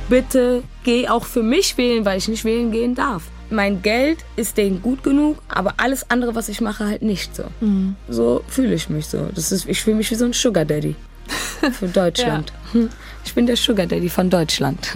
bitte geh auch für mich wählen, weil ich nicht wählen gehen darf. Mein Geld ist denen gut genug, aber alles andere, was ich mache, halt nicht so. Mhm. So fühle ich mich so. Ich fühle mich wie so ein Sugar Daddy für Deutschland. Ja. Ich bin der Sugar Daddy von Deutschland.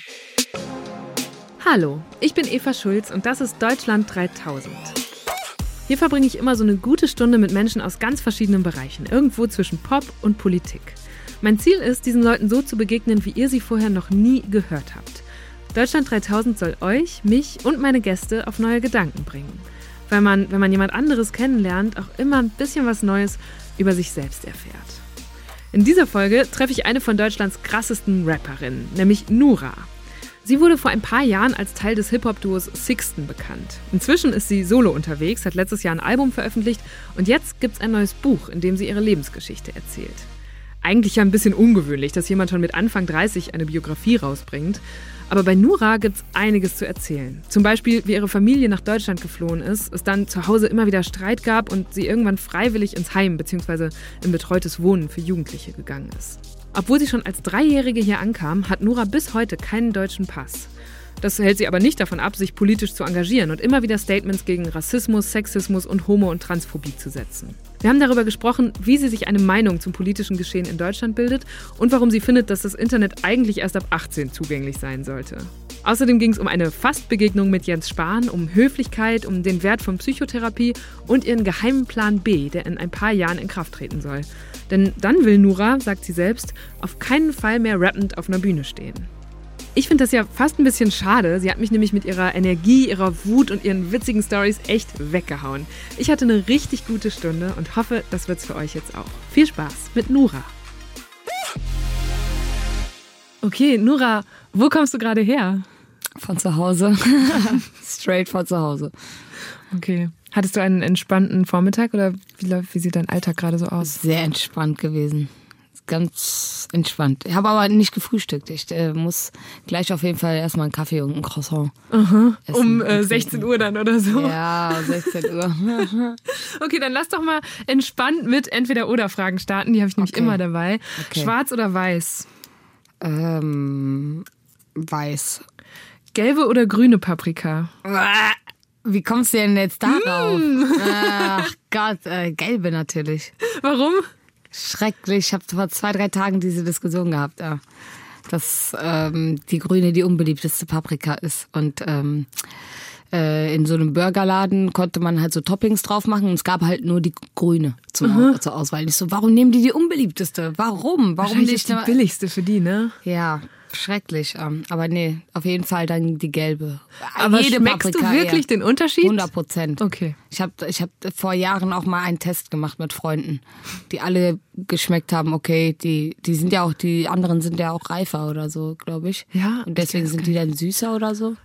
Hallo, ich bin Eva Schulz und das ist Deutschland 3000. Hier verbringe ich immer so eine gute Stunde mit Menschen aus ganz verschiedenen Bereichen, irgendwo zwischen Pop und Politik. Mein Ziel ist, diesen Leuten so zu begegnen, wie ihr sie vorher noch nie gehört habt. Deutschland 3000 soll euch, mich und meine Gäste auf neue Gedanken bringen. Weil man, wenn man jemand anderes kennenlernt, auch immer ein bisschen was Neues über sich selbst erfährt. In dieser Folge treffe ich eine von Deutschlands krassesten Rapperinnen, nämlich Nura. Sie wurde vor ein paar Jahren als Teil des Hip-Hop-Duos Sixten bekannt. Inzwischen ist sie solo unterwegs, hat letztes Jahr ein Album veröffentlicht und jetzt gibt's ein neues Buch, in dem sie ihre Lebensgeschichte erzählt. Eigentlich ja ein bisschen ungewöhnlich, dass jemand schon mit Anfang 30 eine Biografie rausbringt. Aber bei Nura gibt's einiges zu erzählen. Zum Beispiel, wie ihre Familie nach Deutschland geflohen ist, es dann zu Hause immer wieder Streit gab und sie irgendwann freiwillig ins Heim bzw. in betreutes Wohnen für Jugendliche gegangen ist. Obwohl sie schon als 3-Jährige hier ankam, hat Nura bis heute keinen deutschen Pass. Das hält sie aber nicht davon ab, sich politisch zu engagieren und immer wieder Statements gegen Rassismus, Sexismus und Homo- und Transphobie zu setzen. Wir haben darüber gesprochen, wie sie sich eine Meinung zum politischen Geschehen in Deutschland bildet und warum sie findet, dass das Internet eigentlich erst ab 18 zugänglich sein sollte. Außerdem ging es um eine Fastbegegnung mit Jens Spahn, um Höflichkeit, um den Wert von Psychotherapie und ihren geheimen Plan B, der in ein paar Jahren in Kraft treten soll. Denn dann will Nura, sagt sie selbst, auf keinen Fall mehr rappend auf einer Bühne stehen. Ich finde das ja fast ein bisschen schade. Sie hat mich nämlich mit ihrer Energie, ihrer Wut und ihren witzigen Storys echt weggehauen. Ich hatte eine richtig gute Stunde und hoffe, das wird's für euch jetzt auch. Viel Spaß mit Nura. Okay, Nura, wo kommst du gerade her? Von zu Hause. Straight von zu Hause. Okay. Hattest du einen entspannten Vormittag oder wie sieht dein Alltag gerade so aus? Sehr entspannt gewesen. Ganz entspannt. Ich habe aber nicht gefrühstückt. Ich muss gleich auf jeden Fall erstmal einen Kaffee und ein Croissant essen. Um 16 Uhr dann oder so? Ja, 16 Uhr. Okay, dann lass doch mal entspannt mit Entweder-Oder-Fragen starten. Die habe ich nämlich immer dabei. Okay. Schwarz oder weiß? Weiß. Gelbe oder grüne Paprika? Wie kommst du denn jetzt darauf? Ach Gott, gelbe natürlich. Warum? Schrecklich. Ich habe vor 2-3 Tagen diese Diskussion gehabt, ja. Dass die grüne die unbeliebteste Paprika ist. Und in so einem Burgerladen konnte man halt so Toppings drauf machen und es gab halt nur die grüne zur Auswahl. Ich so, warum nehmen die unbeliebteste? Warum? Wahrscheinlich ist die billigste für die, ne? Ja, schrecklich. Aber nee, auf jeden Fall dann die gelbe. Aber schmeckst du wirklich den Unterschied? 100%. Okay. Ich hab vor Jahren auch mal einen Test gemacht mit Freunden, die alle geschmeckt haben, okay, die sind ja auch, die anderen sind ja auch reifer oder so, glaube ich. Ja. Und deswegen sind die dann süßer oder so.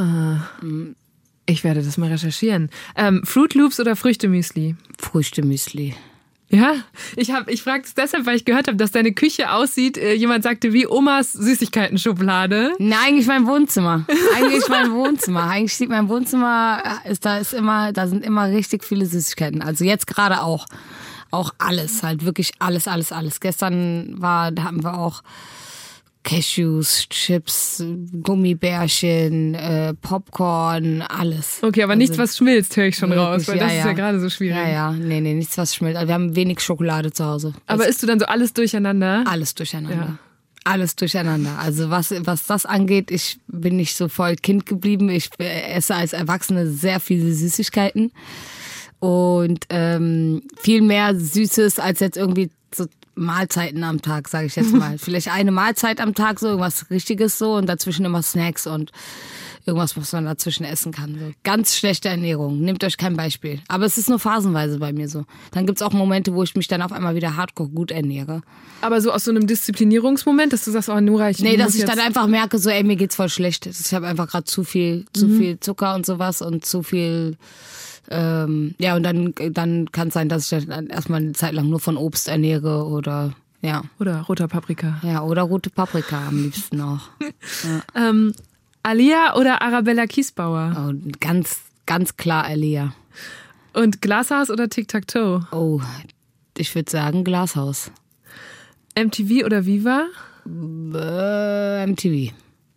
Ich werde das mal recherchieren. Fruit Loops oder Früchtemüsli? Früchtemüsli. Ja, ich frage es deshalb, weil ich gehört habe, dass deine Küche aussieht, jemand sagte, wie Omas Süßigkeiten-Schublade. Nein, eigentlich mein Wohnzimmer. Eigentlich sieht mein Wohnzimmer, da sind immer richtig viele Süßigkeiten. Also jetzt gerade auch. Auch alles, halt wirklich alles. Gestern da hatten wir auch Cashews, Chips, Gummibärchen, Popcorn, alles. Okay, aber nichts, was schmilzt, höre ich schon raus, weil das ist ja gerade so schwierig. Ja, nee, nichts, was schmilzt. Also wir haben wenig Schokolade zu Hause. Aber isst du dann so alles durcheinander? Alles durcheinander. Ja. Alles durcheinander. Also was das angeht, ich bin nicht so voll Kind geblieben. Ich esse als Erwachsene sehr viele Süßigkeiten und viel mehr Süßes als jetzt irgendwie so Mahlzeiten am Tag, sage ich jetzt mal. Vielleicht eine Mahlzeit am Tag, so irgendwas Richtiges so und dazwischen immer Snacks und irgendwas, was man dazwischen essen kann. So. Ganz schlechte Ernährung. Nehmt euch kein Beispiel. Aber es ist nur phasenweise bei mir so. Dann gibt's auch Momente, wo ich mich dann auf einmal wieder hardcore gut ernähre. Aber so aus so einem Disziplinierungsmoment, dass du sagst, oh Nura, dass ich dann einfach merke, so mir geht's voll schlecht. Ich habe einfach gerade zu viel Zucker und sowas und zu viel. Und dann kann es sein, dass ich dann erstmal eine Zeit lang nur von Obst ernähre oder ja. Oder roter Paprika. Ja, oder rote Paprika am liebsten auch. Ja. Alia oder Arabella Kiesbauer? Oh, ganz, ganz klar Alia. Und Glashaus oder Tic-Tac-Toe? Oh, ich würde sagen Glashaus. MTV oder Viva? MTV.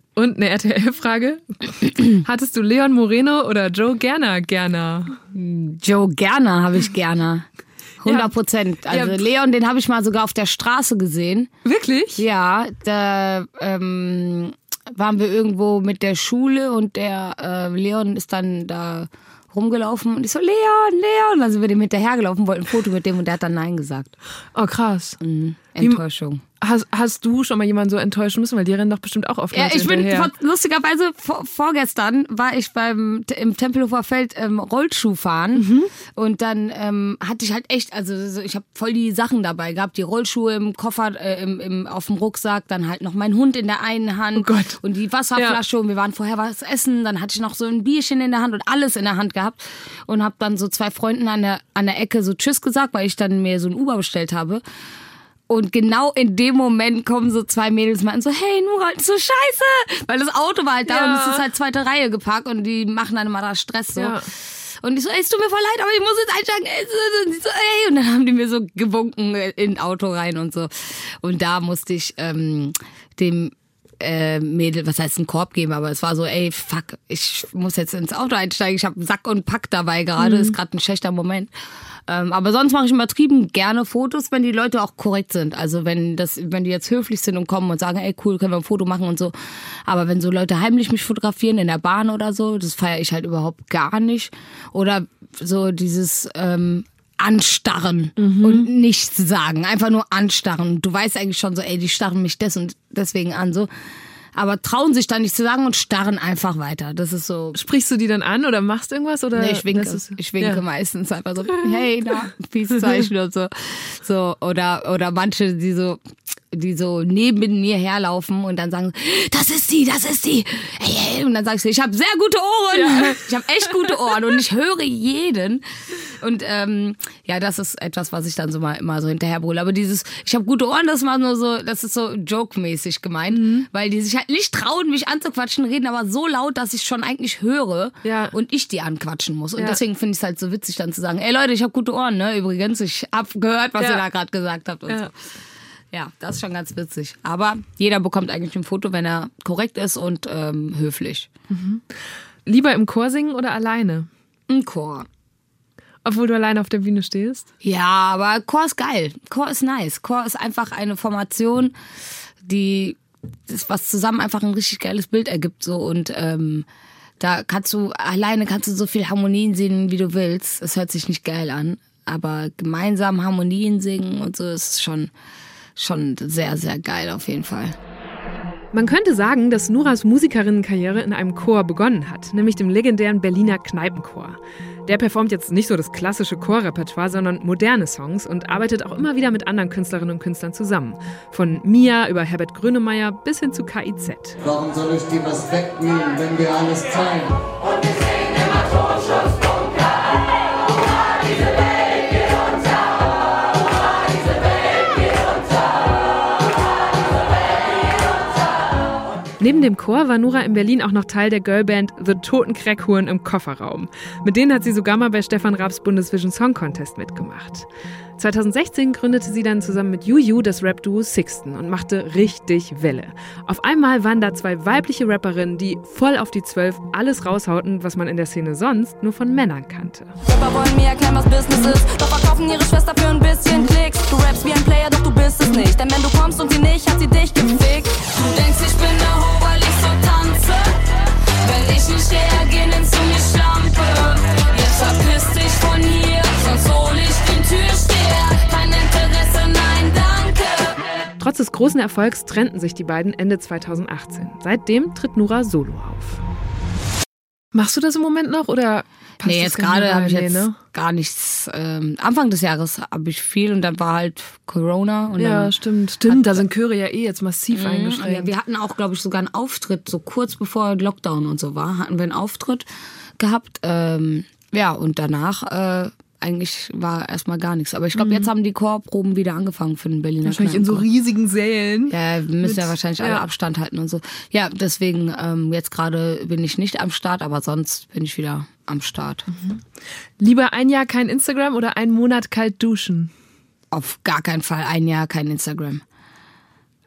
Und eine RTL-Frage. Hattest du Leon Moreno oder Joe Gerner gerne? Joe Gerner habe ich gerne. 100%. Also Leon, den habe ich mal sogar auf der Straße gesehen. Wirklich? Ja, da waren wir irgendwo mit der Schule und der Leon ist dann da rumgelaufen und ich so, Leon. Dann sind wir dem hinterhergelaufen, wollten ein Foto mit dem und der hat dann Nein gesagt. Oh, krass. Enttäuschung. Hast du schon mal jemanden so enttäuschen müssen? Weil die rennen doch bestimmt auch oft Leute hinterher. Lustigerweise, vorgestern war ich im Tempelhofer Feld Rollschuh fahren und dann hatte ich halt echt, also ich habe voll die Sachen dabei gehabt, die Rollschuhe im Koffer, auf dem Rucksack, dann halt noch mein Hund in der einen Hand und die Wasserflasche und wir waren vorher was essen, dann hatte ich noch so ein Bierchen in der Hand und alles in der Hand gehabt und habe dann so 2 Freunden an der Ecke so Tschüss gesagt, weil ich dann mir so ein Uber bestellt habe. Und genau in dem Moment kommen so 2 Mädels und meinten so, hey Nura, so scheiße. Weil das Auto war halt da und es ist halt 2. Reihe geparkt und die machen dann immer da Stress so. Ja. Und ich so, ey, es tut mir voll leid, aber ich muss jetzt einsteigen. Und, so, ey. Und dann haben die mir so gewunken in ein Auto rein und so. Und da musste ich dem Mädel, was heißt ein Korb geben, aber es war so, ey, fuck, ich muss jetzt ins Auto einsteigen, ich habe Sack und Pack dabei gerade, ist gerade ein schlechter Moment. Aber sonst mache ich übertrieben gerne Fotos, wenn die Leute auch korrekt sind. Also wenn die jetzt höflich sind und kommen und sagen, ey cool, können wir ein Foto machen und so. Aber wenn so Leute heimlich mich fotografieren in der Bahn oder so, das feiere ich halt überhaupt gar nicht. Oder so dieses anstarren und nichts sagen, einfach nur anstarren. Du weißt eigentlich schon so, ey, die starren mich deswegen an, so. Aber trauen sich dann nicht zu sagen und starren einfach weiter. Das ist so. Sprichst du die dann an oder machst irgendwas? Oder? Nee, ich winke meistens einfach so, hey, Peace-Zeichen und so. So, oder manche, die so neben mir herlaufen und dann sagen, das ist sie. Hey. Und dann sag ich so, ich habe sehr gute Ohren. Ja. Ich habe echt gute Ohren und ich höre jeden. Und das ist etwas, was ich dann so mal immer so hinterherbrülle. Aber ich habe gute Ohren, das ist so joke-mäßig gemeint, weil die sich halt nicht trauen, mich anzuquatschen, reden aber so laut, dass ich schon eigentlich höre und ich die anquatschen muss. Und deswegen finde ich es halt so witzig dann zu sagen, ey Leute, ich habe gute Ohren, ne? Übrigens, ich habe gehört, was ihr da gerade gesagt habt und so. Ja, das ist schon ganz witzig. Aber jeder bekommt eigentlich ein Foto, wenn er korrekt ist und höflich. Mhm. Lieber im Chor singen oder alleine? Im Chor. Obwohl du alleine auf der Bühne stehst? Ja, aber Chor ist geil. Chor ist nice. Chor ist einfach eine Formation, was zusammen einfach ein richtig geiles Bild ergibt. So. Und da kannst du so viel Harmonien singen, wie du willst. Es hört sich nicht geil an. Aber gemeinsam Harmonien singen und so ist schon sehr, sehr geil auf jeden Fall. Man könnte sagen, dass Nuras Musikerinnenkarriere in einem Chor begonnen hat, nämlich dem legendären Berliner Kneipenchor. Der performt jetzt nicht so das klassische Chorrepertoire, sondern moderne Songs und arbeitet auch immer wieder mit anderen Künstlerinnen und Künstlern zusammen. Von Mia über Herbert Grönemeyer bis hin zu KIZ. Warum soll ich dir was wegnehmen, wenn wir alles teilen? Und wir sehen immer Torschussbunker, diese Welt geht unter, diese Welt geht unter. Neben dem Chor war Nura in Berlin auch noch Teil der Girlband The Toten Crackhuren im Kofferraum. Mit denen hat sie sogar mal bei Stefan Raabs Bundesvision Song Contest mitgemacht. 2016 gründete sie dann zusammen mit Juju das Rap-Duo Sixten und machte richtig Welle. Auf einmal waren da 2 weibliche Rapperinnen, die voll auf die 12 alles raushauten, was man in der Szene sonst nur von Männern kannte. Rapper wollen mir erklären, was Business ist, doch verkaufen ihre Schwester für ein bisschen Klicks. Du rappst wie ein Player, doch du bist es nicht, denn wenn du kommst und sie nicht, hat sie dich gefickt. Du denkst, ich bin der Ho, weil ich so tanze. Wenn ich nicht reagiere, nimmst du mich Schlampe. Jetzt verpiss dich von hier, sonst hol ich den Türsteher. Kein Interesse, nein, danke. Trotz des großen Erfolgs trennten sich die beiden Ende 2018. Seitdem tritt Nura solo auf. Machst du das im Moment noch oder? Nee, jetzt gerade habe ich jetzt gar nichts. Anfang des Jahres habe ich viel und dann war halt Corona. Und ja, dann stimmt. Da sind Chöre ja jetzt massiv eingeschränkt. Ja, wir hatten auch, glaube ich, sogar einen Auftritt, so kurz bevor Lockdown und so war, hatten wir einen Auftritt gehabt. Und danach eigentlich war erstmal gar nichts. Aber ich glaube, jetzt haben die Chorproben wieder angefangen für den Berliner Wahrscheinlich in so riesigen Sälen. Ja, wir müssen ja wahrscheinlich alle Abstand halten und so. Ja, deswegen jetzt gerade bin ich nicht am Start, aber sonst bin ich wieder am Start. Mhm. Lieber ein Jahr kein Instagram oder einen Monat kalt duschen? Auf gar keinen Fall ein Jahr kein Instagram.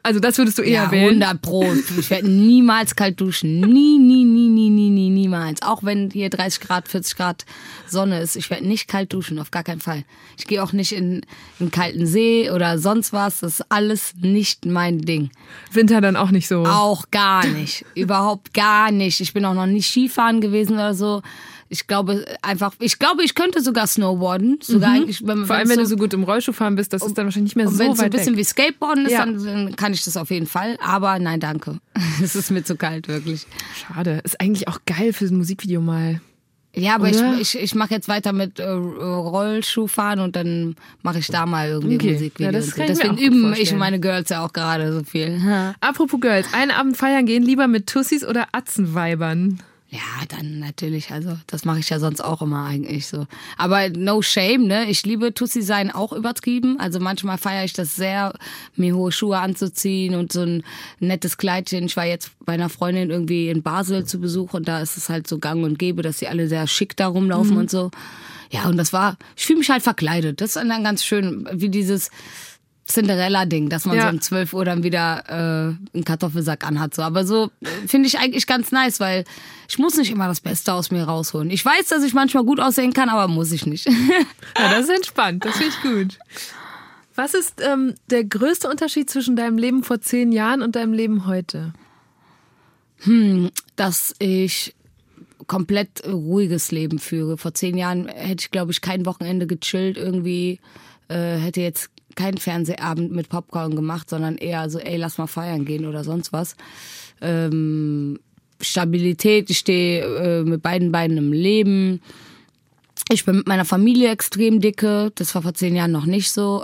Also das würdest du eher Ja, wählen? 100%. Ich werde niemals kalt duschen. Niemals. Auch wenn hier 30 Grad, 40 Grad Sonne ist. Ich werde nicht kalt duschen, auf gar keinen Fall. Ich gehe auch nicht in einen kalten See oder sonst was. Das ist alles nicht mein Ding. Winter dann auch nicht so. Auch gar nicht. Überhaupt gar nicht. Ich bin auch noch nicht Skifahren gewesen oder so. Ich glaube, ich könnte sogar snowboarden. Sogar eigentlich, Vor allem, wenn du so gut im Rollschuh fahren bist, das ist dann wahrscheinlich nicht mehr so wenn es so weit ein bisschen weg. wie Skateboarden ist, Ja. dann kann ich das auf jeden Fall. Aber nein, danke. Es ist mir zu kalt, wirklich. Schade. Ist eigentlich auch geil für so ein Musikvideo mal. Ja, aber Oder? ich mache jetzt weiter mit Rollschuhfahren und dann mache ich da mal irgendwie Okay. ein Musikvideo. Ja, das und so. kann ich mir Deswegen auch gut üben ich vorstellen. und meine Girls ja auch gerade so viel. Apropos Girls, einen Abend feiern gehen, lieber mit Tussis oder Atzenweibern? Ja, dann natürlich. Also das mache ich ja sonst auch immer eigentlich so. Aber no shame, ne? Ich liebe Tussi sein auch übertrieben. Also manchmal feiere ich das sehr, mir hohe Schuhe anzuziehen und so ein nettes Kleidchen. Ich war jetzt bei einer Freundin irgendwie in Basel zu Besuch und da ist es halt so gang und gäbe, dass sie alle sehr schick da rumlaufen und so. Ja, und ich fühle mich halt verkleidet. Das ist dann ganz schön, wie dieses Cinderella-Ding, dass man Ja. so um 12 Uhr dann wieder einen Kartoffelsack anhat. So. Aber so finde ich eigentlich ganz nice, weil ich muss nicht immer das Beste aus mir rausholen. Ich weiß, dass ich manchmal gut aussehen kann, aber muss ich nicht. Ja, das ist entspannt, das finde ich gut. Was ist der größte Unterschied zwischen deinem Leben vor 10 Jahren und deinem Leben heute? Dass ich komplett ruhiges Leben führe. Vor 10 Jahren hätte ich, glaube ich, kein Wochenende gechillt irgendwie, hätte jetzt keinen Fernsehabend mit Popcorn gemacht, sondern eher so, ey, lass mal feiern gehen oder sonst was. Stabilität, ich stehe mit beiden Beinen im Leben. Ich bin mit meiner Familie extrem dicke, das war vor 10 Jahren noch nicht so.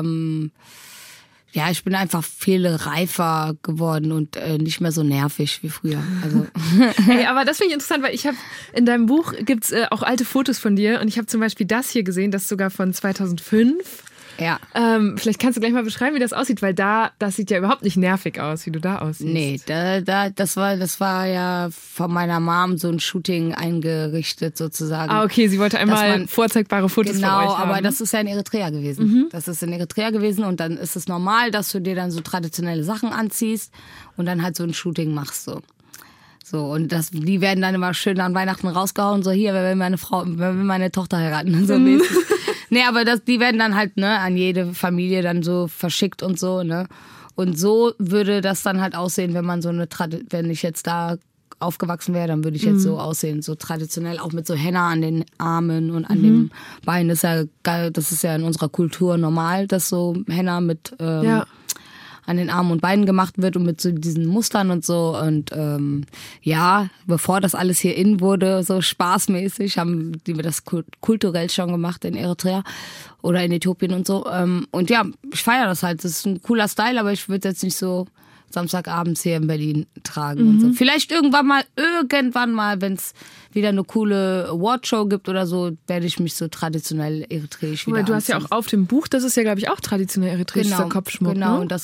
Ja, ich bin einfach viel reifer geworden und nicht mehr so nervig wie früher. Also Ey, aber das finde ich interessant, weil ich habe in deinem Buch gibt's auch alte Fotos von dir und ich habe zum Beispiel das hier gesehen, das ist sogar von 2005. ja. Vielleicht kannst du gleich mal beschreiben, wie das aussieht, weil das sieht ja überhaupt nicht nervig aus, wie du da aussiehst. Nee, das war ja von meiner Mom so ein Shooting eingerichtet sozusagen. Ah, okay, sie wollte einmal man- vorzeigbare Fotos von Genau, euch haben. aber das ist ja in Eritrea gewesen. Das ist in Eritrea gewesen und dann ist es normal, dass du dir dann so traditionelle Sachen anziehst und dann halt so ein Shooting machst so. So, und die werden dann immer schön an Weihnachten rausgehauen, so hier, wer will meine Tochter heiraten, so mäßig. Nee, aber die werden dann halt, ne, an jede Familie dann so verschickt und so, ne. Und so würde das dann halt aussehen, wenn man so wenn ich jetzt da aufgewachsen wäre, dann würde ich jetzt so aussehen, so traditionell, auch mit so Henna an den Armen und an dem Bein. Das ist ja geil, das ist ja in unserer Kultur normal, dass so Henna mit Ja. an den Armen und Beinen gemacht wird und mit so diesen Mustern und so. Und ja, bevor das alles hier in wurde, so spaßmäßig, haben die das kulturell schon gemacht in Eritrea oder in Äthiopien und so. Und ja, ich feiere das halt. Das ist ein cooler Style, aber ich würde jetzt nicht so Samstagabends hier in Berlin tragen und so. Vielleicht irgendwann mal, wenn es wieder eine coole Awardshow gibt oder so, werde ich mich so traditionell eritreisch wieder Weil du hast ja anziehen. auch auf dem Buch, das ist ja, glaube ich, auch traditionell eritreischer Kopfschmuck. Genau, ne? und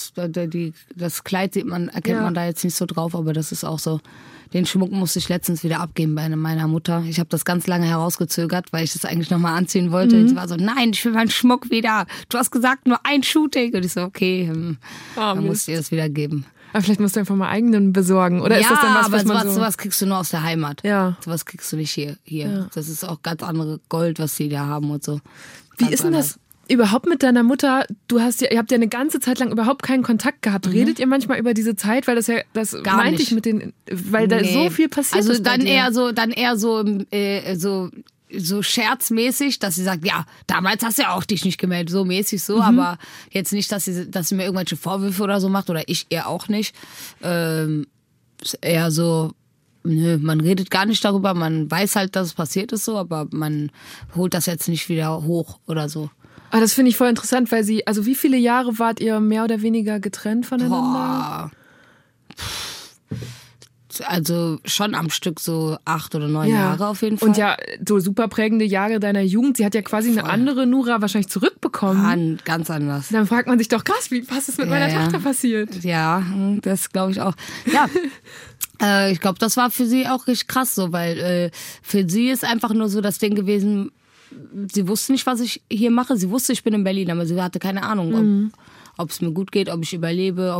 das Kleid erkennt Ja. man da jetzt nicht so drauf, aber das ist auch so. Den Schmuck musste ich letztens wieder abgeben bei meiner Mutter. Ich habe das ganz lange herausgezögert, weil ich das eigentlich nochmal anziehen wollte. Und sie war so, nein, ich will meinen Schmuck wieder. Du hast gesagt, nur ein Shooting. Und ich so, okay, dann Mist. musst du dir das wieder geben. Aber vielleicht musst du einfach mal eigenen besorgen. Oder ja, ist das dann was, aber was man so... sowas kriegst du nur aus der Heimat. Ja. Sowas kriegst du nicht hier. Ja. Das ist auch ganz andere Gold, was sie da haben und so. Wie Ganz ist denn anders. das überhaupt mit deiner Mutter? Ihr habt ja eine ganze Zeit lang überhaupt keinen Kontakt gehabt. Redet ihr manchmal über diese Zeit? Weil das Gar meinte nicht. ich mit den, weil da Nee. so viel passiert also ist. bei dann dir. eher so scherzmäßig, dass sie sagt, ja, damals hast du ja auch dich nicht gemeldet, so mäßig so, aber jetzt nicht, dass sie mir irgendwelche Vorwürfe oder so macht oder ich ihr auch nicht. Ist eher so, nö, man redet gar nicht darüber, man weiß halt, dass es passiert ist so, aber man holt das jetzt nicht wieder hoch oder so. Aber das finde ich voll interessant, weil also wie viele Jahre wart ihr mehr oder weniger getrennt voneinander? Boah. Also schon am Stück so 8 oder 9 Jahre auf jeden Fall. Und ja, so super prägende Jahre deiner Jugend. Sie hat ja quasi eine andere Nura wahrscheinlich zurückbekommen. Ganz anders. Dann fragt man sich doch, krass, was ist mit meiner Tochter passiert? Ja, das glaube ich auch. Ja, ich glaube, das war für sie auch richtig krass so, weil für sie ist einfach nur so das Ding gewesen, sie wusste nicht, was ich hier mache. Sie wusste, ich bin in Berlin, aber sie hatte keine Ahnung, ob es mir gut geht, ob ich überlebe, ob ich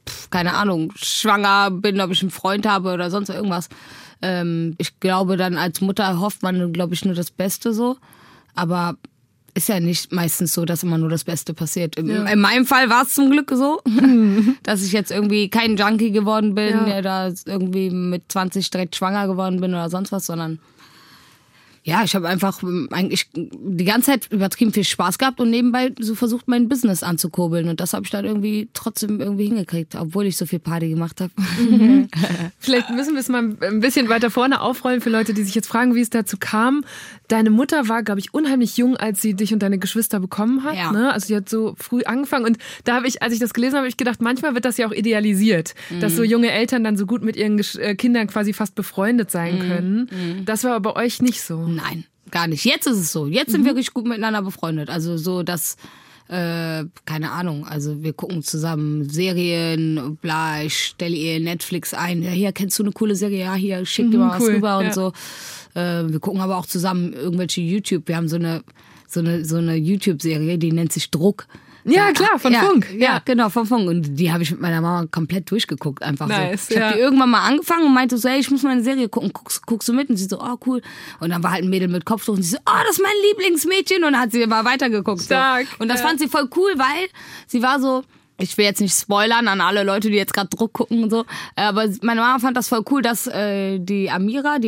keine Ahnung, schwanger bin, ob ich einen Freund habe oder sonst irgendwas. Ich glaube, dann als Mutter hofft man, glaube ich, nur das Beste so. Aber ist ja nicht meistens so, dass immer nur das Beste passiert. In meinem Fall war es zum Glück so, dass ich jetzt irgendwie kein Junkie geworden bin, der da irgendwie mit 20 direkt schwanger geworden bin oder sonst was, sondern ja, ich habe einfach eigentlich die ganze Zeit übertrieben viel Spaß gehabt und nebenbei so versucht, mein Business anzukurbeln. Und das habe ich dann irgendwie trotzdem irgendwie hingekriegt, obwohl ich so viel Party gemacht habe. Vielleicht müssen wir es mal ein bisschen weiter vorne aufrollen für Leute, die sich jetzt fragen, wie es dazu kam. Deine Mutter war, glaube ich, unheimlich jung, als sie dich und deine Geschwister bekommen hat. Ja. Ne? Also sie hat so früh angefangen. Und da habe ich, als ich das gelesen habe, habe ich gedacht, manchmal wird das ja auch idealisiert, dass so junge Eltern dann so gut mit ihren Kindern quasi fast befreundet sein können. Das war aber bei euch nicht so. Nein, gar nicht. Jetzt ist es so. Jetzt sind wir wirklich gut miteinander befreundet. Also so, dass, keine Ahnung, also wir gucken zusammen Serien, bla, ich stelle ihr Netflix ein. Ja, hier, kennst du eine coole Serie? Ja, hier, schick dir mal was rüber und so. Wir gucken aber auch zusammen irgendwelche YouTube. Wir haben so eine YouTube-Serie, die nennt sich Druck. Ja, klar, von Funk. Ja, genau, von Funk. Und die habe ich mit meiner Mama komplett durchgeguckt, einfach nice, so. Ich habe die irgendwann mal angefangen und meinte so, hey, ich muss mal eine Serie gucken, guckst du mit? Und sie so, oh, cool. Und dann war halt ein Mädel mit Kopftuch und sie so, oh, das ist mein Lieblingsmädchen. Und dann hat sie immer weitergeguckt. Stark. So. Und das fand sie voll cool, weil sie war so, ich will jetzt nicht spoilern an alle Leute, die jetzt gerade Druck gucken und so, aber meine Mama fand das voll cool, dass die Amira,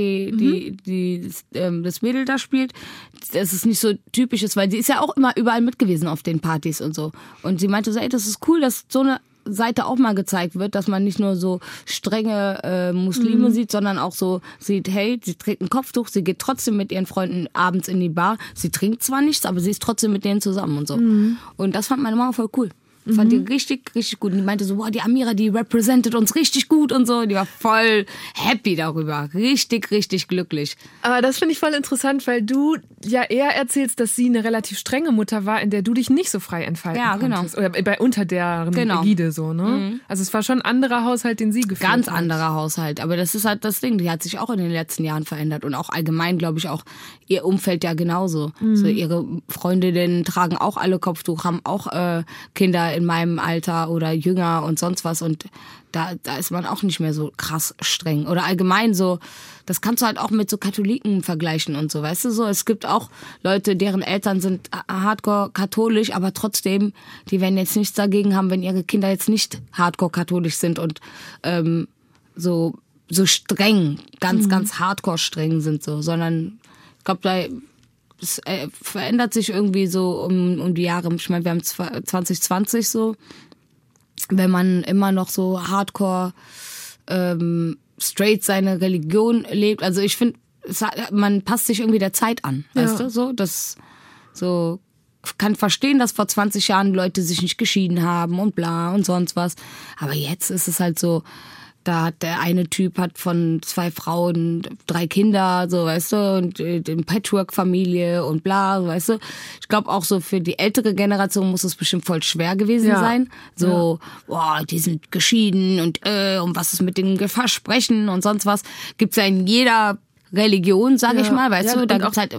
das Mädel da spielt, dass es nicht so typisch ist, weil sie ist ja auch immer überall mit gewesen auf den Partys und so. Und sie meinte so, ey, das ist cool, dass so eine Seite auch mal gezeigt wird, dass man nicht nur so strenge Muslime sieht, sondern auch so sieht, hey, sie trägt ein Kopftuch, sie geht trotzdem mit ihren Freunden abends in die Bar, sie trinkt zwar nichts, aber sie ist trotzdem mit denen zusammen und so. Und das fand meine Mama voll cool. Fand die richtig, richtig gut. Und die meinte so, boah, die Amira, die representet uns richtig gut und so. Die war voll happy darüber. Richtig, richtig glücklich. Aber das finde ich voll interessant, weil du ja eher erzählst, dass sie eine relativ strenge Mutter war, in der du dich nicht so frei entfalten konntest. Oder unter deren Ägide so, ne? Also es war schon ein anderer Haushalt, den sie geführt hat. Ganz anderer Haushalt. Aber das ist halt das Ding. Die hat sich auch in den letzten Jahren verändert. Und auch allgemein, glaube ich, auch ihr Umfeld ja genauso. So ihre Freundinnen tragen auch alle Kopftuch, haben auch Kinder in meinem Alter oder jünger und sonst was. Und da ist man auch nicht mehr so krass streng. Oder allgemein so, das kannst du halt auch mit so Katholiken vergleichen und so, weißt du so. Es gibt auch Leute, deren Eltern sind hardcore katholisch, aber trotzdem, die werden jetzt nichts dagegen haben, wenn ihre Kinder jetzt nicht hardcore katholisch sind und so streng, ganz hardcore streng sind so. Sondern ich glaube, es verändert sich irgendwie so um die Jahre. Ich meine, wir haben 2020 so, wenn man immer noch so hardcore straight seine Religion lebt. Also ich finde, man passt sich irgendwie der Zeit an, weißt du? So, das so kann verstehen, dass vor 20 Jahren Leute sich nicht geschieden haben und bla und sonst was. Aber jetzt ist es halt so, da hat der eine Typ hat von 2 Frauen 3 Kinder, so, weißt du, und eine Patchwork-Familie und bla, weißt du. Ich glaube auch so für die ältere Generation muss es bestimmt voll schwer gewesen sein. So, boah, die sind geschieden und was ist mit den Versprechen und sonst was. Gibt's ja in jeder Religion, sag ich mal, weißt du. Da gibt's halt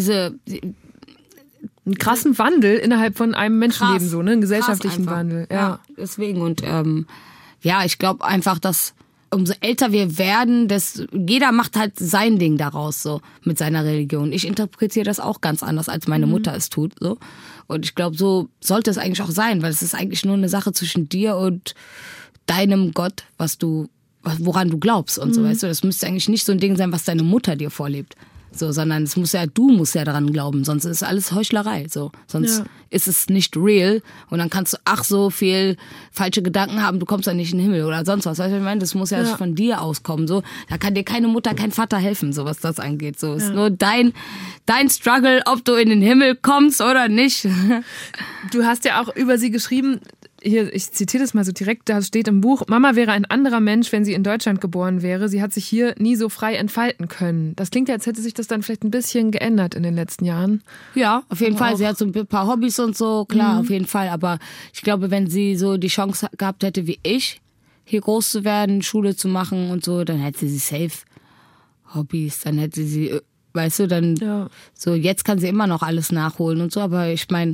einen krassen Wandel innerhalb von einem Menschenleben, so, ne? Einen gesellschaftlichen Wandel. Ja, deswegen. Und ja, ich glaube einfach, dass umso älter wir werden, jeder macht halt sein Ding daraus, so, mit seiner Religion. Ich interpretiere das auch ganz anders, als meine Mutter es tut, so. Und ich glaube, so sollte es eigentlich auch sein, weil es ist eigentlich nur eine Sache zwischen dir und deinem Gott, woran du glaubst und so, weißt du. Das müsste eigentlich nicht so ein Ding sein, was deine Mutter dir vorlebt. So, sondern du musst ja daran glauben, sonst ist alles Heuchlerei, so. Sonst ist es nicht real und dann kannst du so viel falsche Gedanken haben, du kommst dann nicht in den Himmel oder sonst was. Weißt du, ich meine, das muss ja von dir auskommen, so. Da kann dir keine Mutter, kein Vater helfen, so, was das angeht, so. Ist nur dein Struggle, ob du in den Himmel kommst oder nicht. Du hast ja auch über sie geschrieben, hier, ich zitiere das mal so direkt, da steht im Buch, Mama wäre ein anderer Mensch, wenn sie in Deutschland geboren wäre. Sie hat sich hier nie so frei entfalten können. Das klingt ja, als hätte sich das dann vielleicht ein bisschen geändert in den letzten Jahren. Ja, auf jeden Fall. Sie hat so ein paar Hobbys und so, klar, auf jeden Fall. Aber ich glaube, wenn sie so die Chance gehabt hätte wie ich, hier groß zu werden, Schule zu machen und so, dann hätte sie safe Hobbys, dann hätte sie... Weißt du, dann so, jetzt kann sie immer noch alles nachholen und so, aber ich meine,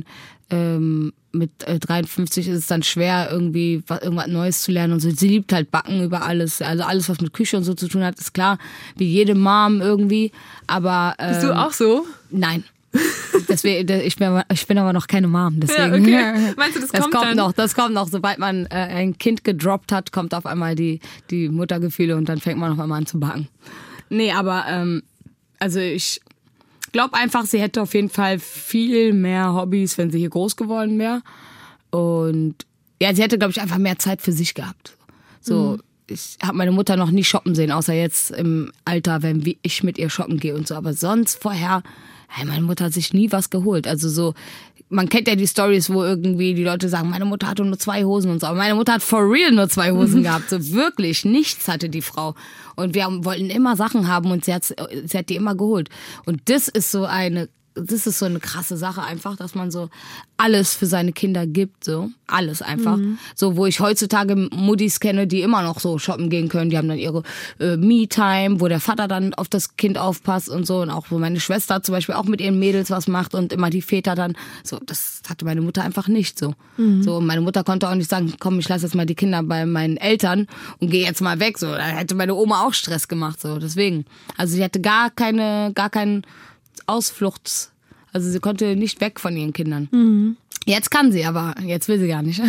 Mit 53 ist es dann schwer, irgendwas Neues zu lernen und so. Sie liebt halt Backen über alles. Also alles, was mit Küche und so zu tun hat, ist klar, wie jede Mom irgendwie. Aber Bist du auch so? Nein. Deswegen, ich bin aber noch keine Mom. Deswegen. Ja, okay. Meinst du, das kommt dann? Noch? Das kommt noch. Sobald man ein Kind gedroppt hat, kommt auf einmal die Muttergefühle und dann fängt man auf einmal an zu backen. Nee, aber also ich glaube einfach, sie hätte auf jeden Fall viel mehr Hobbys, wenn sie hier groß geworden wäre. Und ja, sie hätte, glaube ich, einfach mehr Zeit für sich gehabt. So, ich habe meine Mutter noch nie shoppen sehen, außer jetzt im Alter, wenn ich mit ihr shoppen gehe und so. Aber sonst vorher, hey, meine Mutter hat sich nie was geholt. Also so, man kennt ja die Stories, wo irgendwie die Leute sagen, meine Mutter hatte nur 2 Hosen und so. Aber meine Mutter hat for real nur 2 Hosen gehabt. So wirklich, nichts hatte die Frau. Und wir wollten immer Sachen haben und sie hat die immer geholt. Und das ist so eine krasse Sache einfach, dass man so alles für seine Kinder gibt, so. Alles einfach. So, wo ich heutzutage Muttis kenne, die immer noch so shoppen gehen können. Die haben dann ihre Me-Time, wo der Vater dann auf das Kind aufpasst und so. Und auch wo meine Schwester zum Beispiel auch mit ihren Mädels was macht und immer die Väter dann so. Das hatte meine Mutter einfach nicht so. So, und meine Mutter konnte auch nicht sagen, komm, ich lasse jetzt mal die Kinder bei meinen Eltern und gehe jetzt mal weg. So, da hätte meine Oma auch Stress gemacht, so. Deswegen. Also sie hatte gar keinen Ausfluchts. Also sie konnte nicht weg von ihren Kindern. Jetzt kann sie, aber jetzt will sie gar nicht.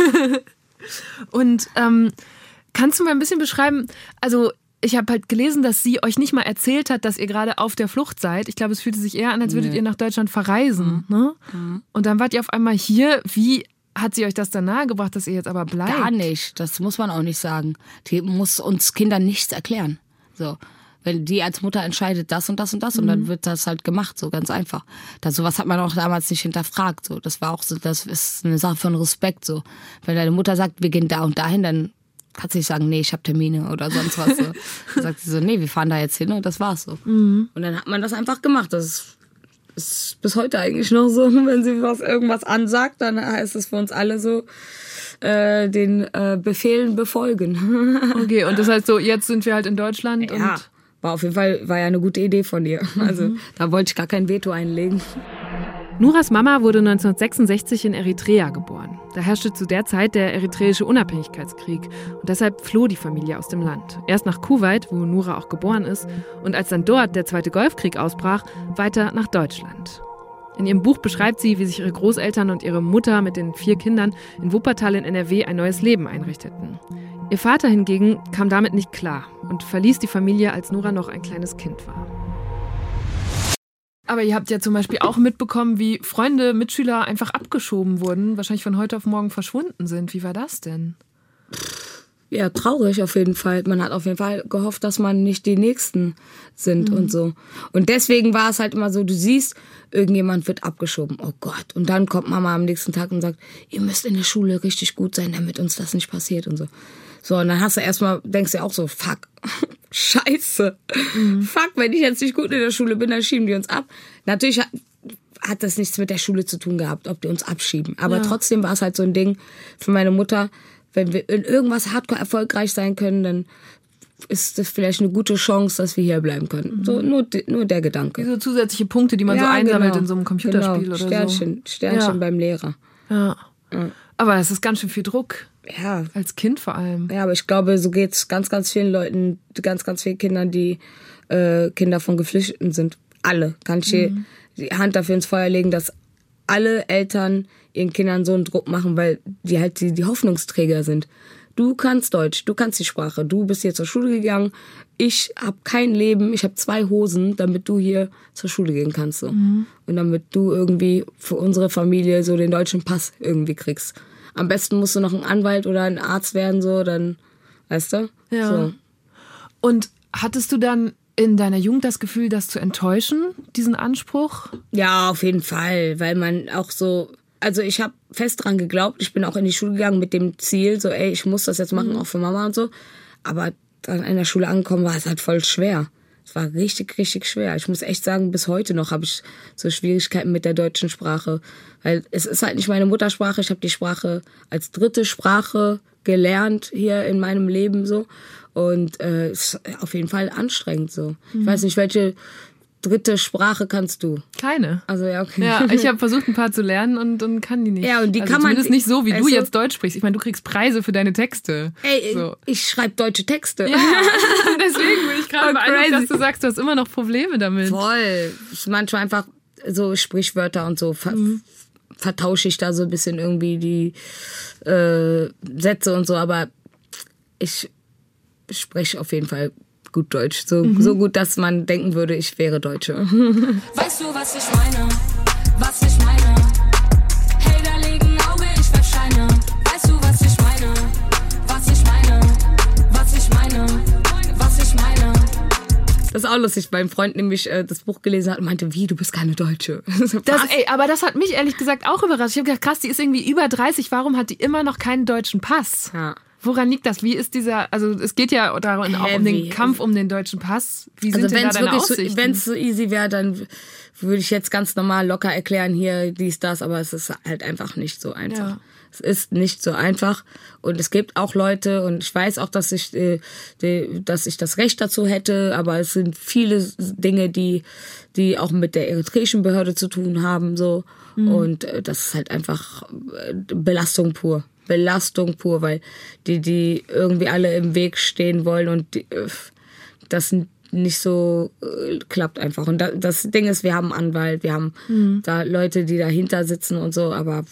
Und kannst du mal ein bisschen beschreiben, also ich habe halt gelesen, dass sie euch nicht mal erzählt hat, dass ihr gerade auf der Flucht seid. Ich glaube, es fühlte sich eher an, als würdet ihr nach Deutschland verreisen. Ne? Und dann wart ihr auf einmal hier. Wie hat sie euch das dann nahegebracht, dass ihr jetzt aber bleibt? Gar nicht, das muss man auch nicht sagen. Die muss uns Kindern nichts erklären. So. Wenn die als Mutter entscheidet, das und das und das, und dann wird das halt gemacht, so ganz einfach. Sowas hat man auch damals nicht hinterfragt. So. Das war auch so, das ist eine Sache von Respekt. So. Wenn deine Mutter sagt, wir gehen da und dahin, dann kannst du nicht sagen, nee, ich habe Termine oder sonst was. So. Dann sagt sie so, nee, wir fahren da jetzt hin und das war's so. Und dann hat man das einfach gemacht. Das ist bis heute eigentlich noch so. Wenn sie irgendwas ansagt, dann heißt es für uns alle so, den Befehlen befolgen. Okay, und das heißt so, jetzt sind wir halt in Deutschland ja. und War ja eine gute Idee von dir. Also da wollte ich gar kein Veto einlegen. Nuras Mama wurde 1966 in Eritrea geboren. Da herrschte zu der Zeit der eritreische Unabhängigkeitskrieg und deshalb floh die Familie aus dem Land. Erst nach Kuwait, wo Nura auch geboren ist, und als dann dort der Zweite Golfkrieg ausbrach, weiter nach Deutschland. In ihrem Buch beschreibt sie, wie sich ihre Großeltern und ihre Mutter mit den 4 Kindern in Wuppertal in NRW ein neues Leben einrichteten. Ihr Vater hingegen kam damit nicht klar und verließ die Familie, als Nura noch ein kleines Kind war. Aber ihr habt ja zum Beispiel auch mitbekommen, wie Freunde, Mitschüler einfach abgeschoben wurden, wahrscheinlich von heute auf morgen verschwunden sind. Wie war das denn? Ja, traurig auf jeden Fall. Man hat auf jeden Fall gehofft, dass man nicht die Nächsten sind und so. Und deswegen war es halt immer so, du siehst, irgendjemand wird abgeschoben. Oh Gott. Und dann kommt Mama am nächsten Tag und sagt, ihr müsst in der Schule richtig gut sein, damit uns das nicht passiert und so. So, und dann denkst du auch so, fuck, scheiße. Fuck, wenn ich jetzt nicht gut in der Schule bin, dann schieben die uns ab. Natürlich hat das nichts mit der Schule zu tun gehabt, ob die uns abschieben. Aber trotzdem war es halt so ein Ding für meine Mutter, wenn wir in irgendwas hardcore erfolgreich sein können, dann ist das vielleicht eine gute Chance, dass wir hier bleiben können. So nur der Gedanke. Diese zusätzliche Punkte, die man so einsammelt in so einem Computerspiel oder Sternchen beim Lehrer. Ja. Aber es ist ganz schön viel Druck. Ja. Als Kind vor allem. Ja, aber ich glaube, so geht's ganz, ganz vielen Leuten, ganz, ganz vielen Kindern, die Kinder von Geflüchteten sind. Alle. Kann ich die Hand dafür ins Feuer legen, dass alle Eltern ihren Kindern so einen Druck machen, weil die halt die Hoffnungsträger sind. Du kannst Deutsch, du kannst die Sprache, du bist hier zur Schule gegangen, ich habe kein Leben, ich habe 2 Hosen, damit du hier zur Schule gehen kannst. So. Und damit du irgendwie für unsere Familie so den deutschen Pass irgendwie kriegst. Am besten musst du noch ein Anwalt oder ein Arzt werden, so, dann, weißt du? Ja. So. Und hattest du dann in deiner Jugend das Gefühl, das zu enttäuschen, diesen Anspruch? Ja, auf jeden Fall, weil man auch so, also ich habe fest dran geglaubt, ich bin auch in die Schule gegangen mit dem Ziel, so ey, ich muss das jetzt machen, auch für Mama und so, aber dann in der Schule angekommen war es halt voll schwer. Es war richtig, richtig schwer. Ich muss echt sagen, bis heute noch habe ich so Schwierigkeiten mit der deutschen Sprache. Weil es ist halt nicht meine Muttersprache. Ich habe die Sprache als 3. Sprache gelernt hier in meinem Leben so. Und es ist auf jeden Fall anstrengend so. Ich weiß nicht, welche dritte Sprache kannst du? Keine. Also ja, okay. Ja, ich habe versucht, ein paar zu lernen und kann die nicht. Ja, und die also kann man zumindest nicht so, wie du also, jetzt Deutsch sprichst. Ich meine, du kriegst Preise für deine Texte. Ey, so. ich schreibe deutsche Texte. Ja, deswegen bin ich gerade beeindruckt, dass du sagst, du hast immer noch Probleme damit. Voll. Manchmal einfach so Sprichwörter und so vertausche ich da so ein bisschen irgendwie die Sätze und so, aber ich spreche auf jeden Fall gut Deutsch. So gut, dass man denken würde, ich wäre Deutsche. Weißt du, was ich meine? Was ich meine? Hey, da liegen Auge, ich verscheine. Weißt du, was ich meine? Was ich meine? Was ich meine? Was ich meine? Das ist auch lustig, weil mein Freund nämlich das Buch gelesen hat und meinte, wie, du bist keine Deutsche. Aber das hat mich ehrlich gesagt auch überrascht. Ich habe gedacht, krass, die ist irgendwie über 30, warum hat die immer noch keinen deutschen Pass? Ja. Woran liegt das? Wie ist also es geht ja darin auch um den Kampf um den deutschen Pass. Wie sind denn da deine Aussichten? Wenn es so easy wäre, dann würde ich jetzt ganz normal locker erklären, hier, dies, das, aber es ist halt einfach nicht so einfach. Ja. Es ist nicht so einfach und es gibt auch Leute und ich weiß auch, dass ich das Recht dazu hätte, aber es sind viele Dinge, die auch mit der eritreischen Behörde zu tun haben, so. Und das ist halt einfach Belastung pur, weil die irgendwie alle im Weg stehen wollen und das nicht so klappt einfach. Und das Ding ist, wir haben einen Anwalt, wir haben da Leute, die dahinter sitzen und so, aber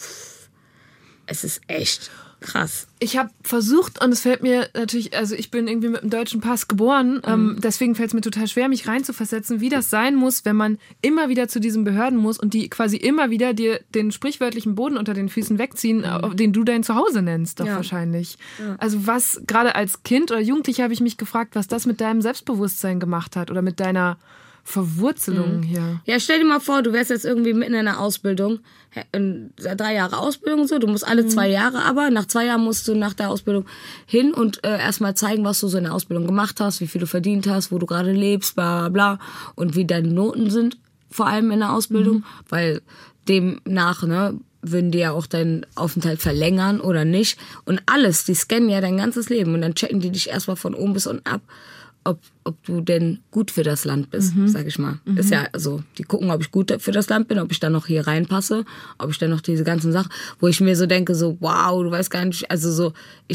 es ist echt krass. Ich habe versucht und es fällt mir natürlich, also ich bin irgendwie mit dem deutschen Pass geboren, deswegen fällt es mir total schwer, mich reinzuversetzen, wie das sein muss, wenn man immer wieder zu diesen Behörden muss und die quasi immer wieder dir den sprichwörtlichen Boden unter den Füßen wegziehen, den du dein Zuhause nennst, doch wahrscheinlich. Ja. Also was, gerade als Kind oder Jugendlicher habe ich mich gefragt, was das mit deinem Selbstbewusstsein gemacht hat oder mit deiner Verwurzelung hier. Ja, stell dir mal vor, du wärst jetzt irgendwie mitten in einer Ausbildung, 3 Jahre Ausbildung so, du musst alle 2 Jahre, aber nach 2 Jahren musst du nach der Ausbildung hin und erstmal zeigen, was du so in der Ausbildung gemacht hast, wie viel du verdient hast, wo du gerade lebst, bla bla bla und wie deine Noten sind, vor allem in der Ausbildung, weil demnach, ne, würden die ja auch deinen Aufenthalt verlängern oder nicht und alles, die scannen ja dein ganzes Leben und dann checken die dich erstmal von oben bis unten ab, ob du denn gut für das Land bist, sag ich mal. Ist ja so, die gucken, ob ich gut für das Land bin, ob ich dann noch hier reinpasse, ob ich dann noch diese ganzen Sachen, wo ich mir so denke, so wow, du weißt gar nicht, also so,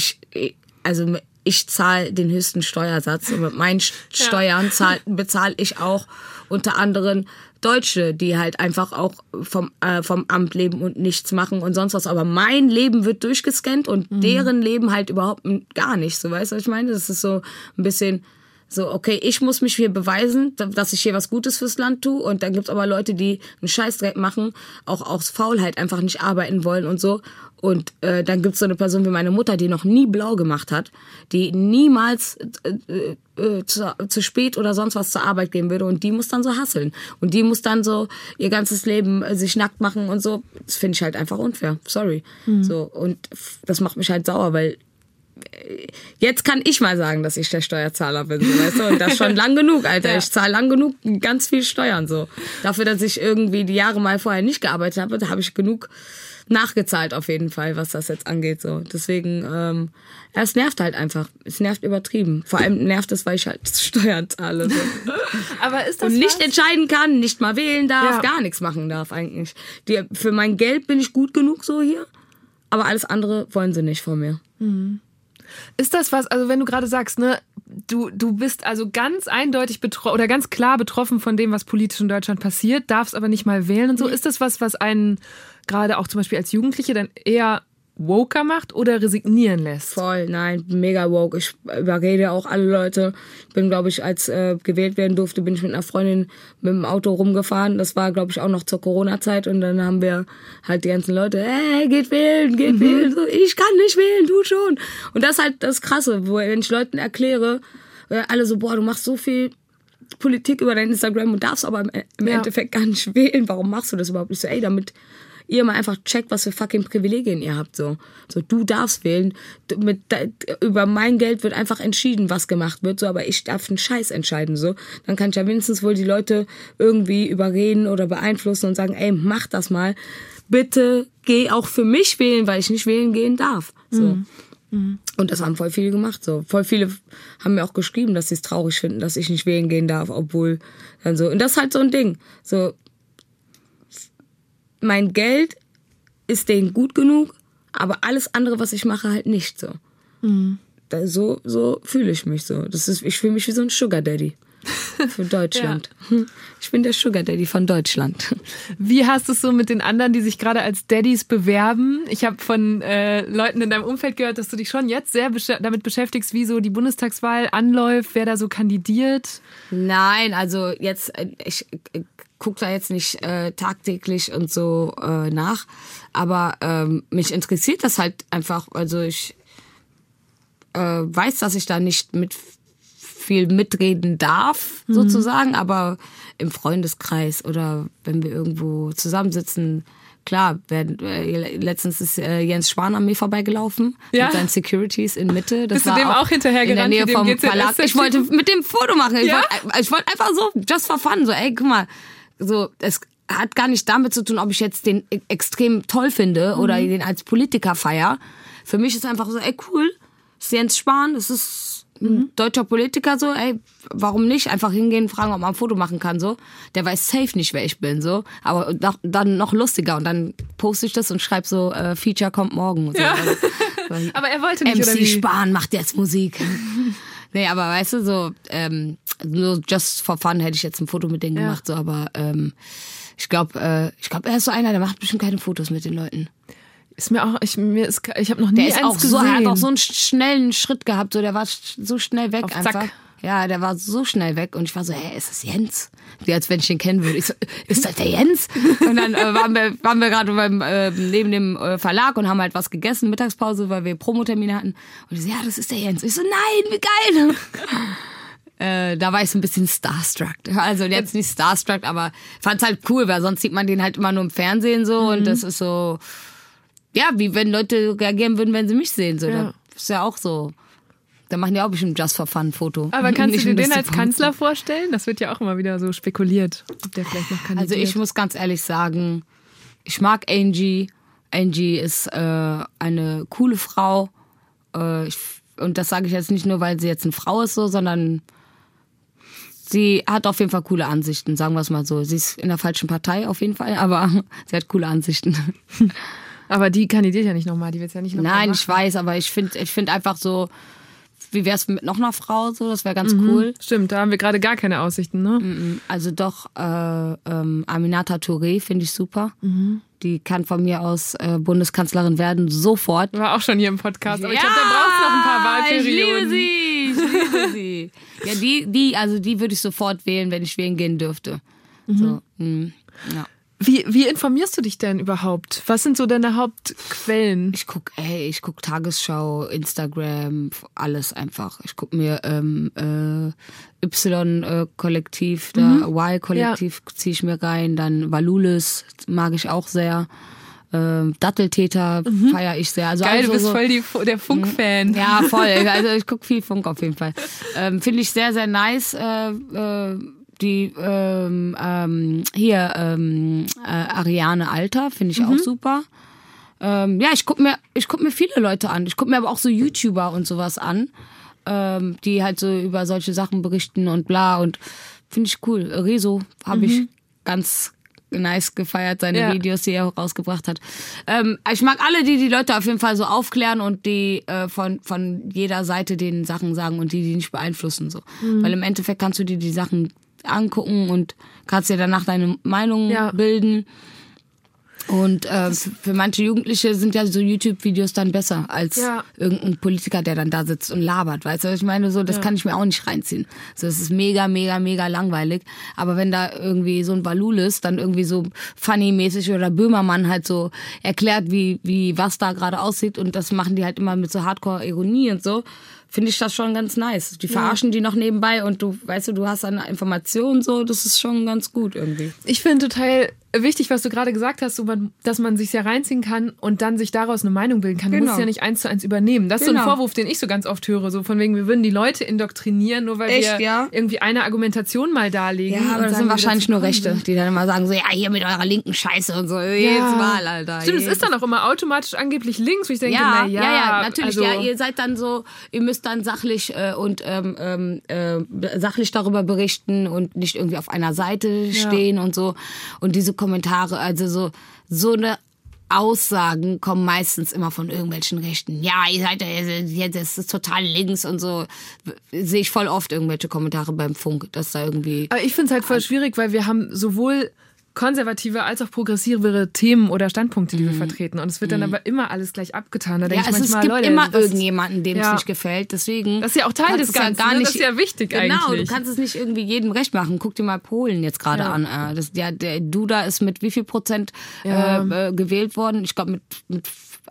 ich zahle den höchsten Steuersatz und mit meinen Steuern bezahle ich auch unter anderem Deutsche, die halt einfach auch vom Amt leben und nichts machen und sonst was. Aber mein Leben wird durchgescannt und deren Leben halt überhaupt gar nicht. So, weißt du, was ich meine? Das ist so ein bisschen so, okay, ich muss mich hier beweisen, dass ich hier was Gutes fürs Land tue. Und dann gibt's aber Leute, die einen Scheißdreck machen, auch aus Faulheit einfach nicht arbeiten wollen und so. Und dann gibt's so eine Person wie meine Mutter, die noch nie blau gemacht hat, die niemals zu spät oder sonst was zur Arbeit gehen würde. Und die muss dann so hustlen. Und die muss dann so ihr ganzes Leben sich nackt machen und so. Das finde ich halt einfach unfair. Sorry. So, und das macht mich halt sauer, weil jetzt kann ich mal sagen, dass ich der Steuerzahler bin, so, weißt du? Und das schon lang genug, Alter. Ja. Ich zahle lang genug ganz viel Steuern, so. Dafür, dass ich irgendwie die Jahre mal vorher nicht gearbeitet habe, da habe ich genug nachgezahlt auf jeden Fall, was das jetzt angeht, so. Deswegen, es nervt halt einfach. Es nervt übertrieben. Vor allem nervt es, weil ich halt Steuern zahle, so. Aber ist das und nicht entscheiden kann, nicht mal wählen darf, gar nichts machen darf eigentlich. Für mein Geld bin ich gut genug so hier, aber alles andere wollen sie nicht von mir. Ist das was, also wenn du gerade sagst, ne, du bist also ganz eindeutig oder ganz klar betroffen von dem, was politisch in Deutschland passiert, darfst aber nicht mal wählen und so. Ist das was einen gerade auch zum Beispiel als Jugendliche dann eher woker macht oder resignieren lässt? Voll, nein, mega woke. Ich überrede auch alle Leute. Bin, glaube ich, als gewählt werden durfte, bin ich mit einer Freundin mit dem Auto rumgefahren. Das war, glaube ich, auch noch zur Corona-Zeit. Und dann haben wir halt die ganzen Leute, hey, geht wählen. So, ich kann nicht wählen, du schon. Und das ist halt das Krasse, wenn ich Leuten erkläre, alle so, boah, du machst so viel Politik über dein Instagram und darfst aber im Endeffekt gar nicht wählen. Warum machst du das überhaupt? Ich so, ey, damit ihr mal einfach checkt, was für fucking Privilegien ihr habt, so. So, du darfst wählen. Über mein Geld wird einfach entschieden, was gemacht wird, so, aber ich darf einen Scheiß entscheiden, so. Dann kann ich ja wenigstens wohl die Leute irgendwie überreden oder beeinflussen und sagen, ey, mach das mal. Bitte geh auch für mich wählen, weil ich nicht wählen gehen darf, so. Und das haben voll viele gemacht. So. Voll viele haben mir auch geschrieben, dass sie es traurig finden, dass ich nicht wählen gehen darf, obwohl dann so. Und das ist halt so ein Ding. So, mein Geld ist denen gut genug, aber alles andere, was ich mache, halt nicht so. So fühle ich mich so. Ich fühle mich wie so ein Sugar Daddy für Deutschland. Ich bin der Sugar Daddy von Deutschland. Wie hast du es so mit den anderen, die sich gerade als Daddys bewerben? Ich habe von Leuten in deinem Umfeld gehört, dass du dich schon jetzt sehr damit beschäftigst, wie so die Bundestagswahl anläuft, wer da so kandidiert. Nein, also jetzt, ich gucke da jetzt nicht tagtäglich und so nach, aber mich interessiert das halt einfach, also ich weiß, dass ich da nicht viel mitreden darf, sozusagen, aber im Freundeskreis oder wenn wir irgendwo zusammensitzen, klar, letztens ist Jens Spahn an mir vorbeigelaufen mit seinen Securities in Mitte. Das Bist du dem auch hinterhergerannt? In der Nähe vom Verlag. Ich wollte mit dem Foto machen. Ich wollte einfach so, just for fun, so, ey, guck mal, so, es hat gar nicht damit zu tun, ob ich jetzt den extrem toll finde oder den als Politiker feier. Für mich ist einfach so, ey, cool, das ist Jens Spahn, das ist ein deutscher Politiker, so, ey, warum nicht? Einfach hingehen, fragen, ob man ein Foto machen kann, so. Der weiß safe nicht, wer ich bin, so. Aber dann noch lustiger und dann poste ich das und schreibe so, Feature kommt morgen. Und so. Ja. Aber er wollte nicht, MC oder wie? Spahn macht jetzt Musik. Nee, aber weißt du, so, nur just for fun hätte ich jetzt ein Foto mit denen gemacht, so, aber ich glaube, er ist so einer, der macht bestimmt keine Fotos mit den Leuten. Ist mir auch, ich habe noch nie Der ist eins auch gesehen. so, er hat auch so einen schnellen Schritt gehabt, so, der war so schnell weg Auf einfach. Zack. Ja, der war so schnell weg und ich war so, hä, ist das Jens? Wie als wenn ich ihn kennen würde. Ich so, ist das der Jens? Und dann waren wir gerade neben dem Verlag und haben halt was gegessen, Mittagspause, weil wir Promotermine hatten. Und ich so, ja, das ist der Jens. Ich so, nein, wie geil. Da war ich so ein bisschen starstruck. Also jetzt nicht starstruck, aber fand's halt cool, weil sonst sieht man den halt immer nur im Fernsehen so und das ist so, ja, wie wenn Leute reagieren würden, wenn sie mich sehen. So. Ja. Das ist ja auch so. Da machen die auch bestimmt Just for Fun ein Foto. Aber kannst Nicht du dir um das den zu als posten. Kanzler vorstellen? Das wird ja auch immer wieder so spekuliert, ob der vielleicht noch kandidiert. Also ich muss ganz ehrlich sagen, ich mag Angie. Angie ist eine coole Frau. Und das sage ich jetzt nicht nur, weil sie jetzt eine Frau ist, so, sondern sie hat auf jeden Fall coole Ansichten, sagen wir es mal so. Sie ist in der falschen Partei auf jeden Fall, aber sie hat coole Ansichten. Aber die kandidiert ja nicht nochmal, die wird ja nicht nochmal Nein, machen. ich weiß, aber ich find einfach so, wie wär's mit noch einer Frau, so, das wäre ganz cool. Stimmt, da haben wir gerade gar keine Aussichten, ne? Also doch, Aminata Touré finde ich super. Die kann von mir aus Bundeskanzlerin werden, sofort. War auch schon hier im Podcast, aber ich glaube, da braucht es noch ein paar Wahlperioden. Ich liebe sie. Ja, die würde ich sofort wählen, wenn ich wählen gehen dürfte. So, ja. Wie informierst du dich denn überhaupt? Was sind so deine Hauptquellen? Ich guck Tagesschau, Instagram, alles einfach. Ich guck mir Y-Kollektiv, Y-Kollektiv ziehe ich mir rein, dann Valulis mag ich auch sehr. Datteltäter feiere ich sehr. Also Geil, also du bist so, voll der Funk-Fan. Ja, voll. Also ich guck viel Funk auf jeden Fall. Finde ich sehr, sehr nice. Die Ariane Alter finde ich auch super. Ja, ich guck mir viele Leute an. Ich guck mir aber auch so YouTuber und sowas an, die halt so über solche Sachen berichten und bla, und finde ich cool. Rezo habe ich ganz nice gefeiert, seine Videos, die er auch rausgebracht hat. Ich mag alle, die Leute auf jeden Fall so aufklären und die von jeder Seite den Sachen sagen und die nicht beeinflussen, so. Weil im Endeffekt kannst du dir die Sachen angucken und kannst dir danach deine Meinung bilden. Und für manche Jugendliche sind ja so YouTube-Videos dann besser als irgendein Politiker, der dann da sitzt und labert. Weißt du, was ich meine? So, das kann ich mir auch nicht reinziehen. So, das ist mega, mega, mega langweilig. Aber wenn da irgendwie so ein Valulis dann irgendwie so funny-mäßig oder Böhmermann halt so erklärt, wie was da gerade aussieht, und das machen die halt immer mit so Hardcore-Ironie und so, finde ich das schon ganz nice. Die verarschen die noch nebenbei und du hast dann Informationen so, das ist schon ganz gut irgendwie. Ich finde total wichtig, was du gerade gesagt hast, dass man sich ja reinziehen kann und dann sich daraus eine Meinung bilden kann. Du musst es ja nicht 1:1 übernehmen. Das ist so ein Vorwurf, den ich so ganz oft höre, so von wegen, wir würden die Leute indoktrinieren, nur weil wir irgendwie eine Argumentation mal darlegen. Ja, aber das sind wahrscheinlich nur Rechte, die dann immer sagen so, ja, hier mit eurer linken Scheiße und so, jedes Mal, Alter. Stimmt, es ist dann auch immer automatisch angeblich links, wo ich denke, ja, natürlich, also, ihr seid dann so, ihr müsst dann sachlich sachlich darüber berichten und nicht irgendwie auf einer Seite stehen und so. Und diese Kommentare, also so eine Aussagen kommen meistens immer von irgendwelchen Rechten. Ja, ihr seid das ist total links und so. Sehe ich voll oft irgendwelche Kommentare beim Funk, dass da irgendwie... Aber ich finde es halt voll schwierig, weil wir haben sowohl konservative als auch progressivere Themen oder Standpunkte, die wir vertreten. Und es wird dann aber immer alles gleich abgetan. Da denke ich manchmal, es gibt Leute, immer irgendjemanden, dem es nicht gefällt. Deswegen das ist ja auch Teil des Ganzen. Gar nicht, das ist ja wichtig eigentlich. Genau, du kannst es nicht irgendwie jedem recht machen. Guck dir mal Polen jetzt gerade an. Der Duda ist mit wie viel Prozent gewählt worden? Ich glaube mit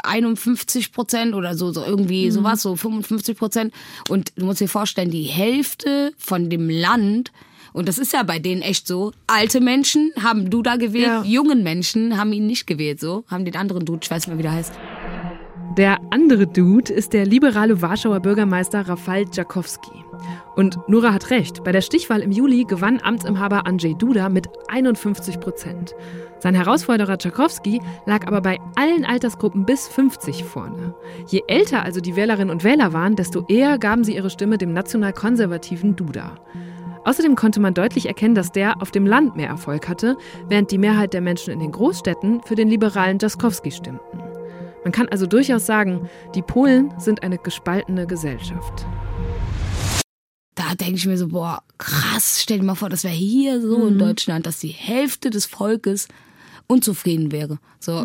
51% oder so irgendwie sowas, so 55%. Und du musst dir vorstellen, die Hälfte von dem Land, und das ist ja bei denen echt so, alte Menschen haben Duda gewählt, jungen Menschen haben ihn nicht gewählt, so, haben den anderen Dude, ich weiß nicht mehr, wie der heißt. Der andere Dude ist der liberale Warschauer Bürgermeister Rafał Trzaskowski. Und Nora hat recht, bei der Stichwahl im Juli gewann Amtsinhaber Andrzej Duda mit 51%. Sein Herausforderer Trzaskowski lag aber bei allen Altersgruppen bis 50 vorne. Je älter also die Wählerinnen und Wähler waren, desto eher gaben sie ihre Stimme dem national-konservativen Duda. Außerdem konnte man deutlich erkennen, dass der auf dem Land mehr Erfolg hatte, während die Mehrheit der Menschen in den Großstädten für den liberalen Trzaskowski stimmten. Man kann also durchaus sagen, die Polen sind eine gespaltene Gesellschaft. Da denke ich mir so, boah, krass, stell dir mal vor, das wäre hier so in Deutschland, dass die Hälfte des Volkes unzufrieden wäre. So.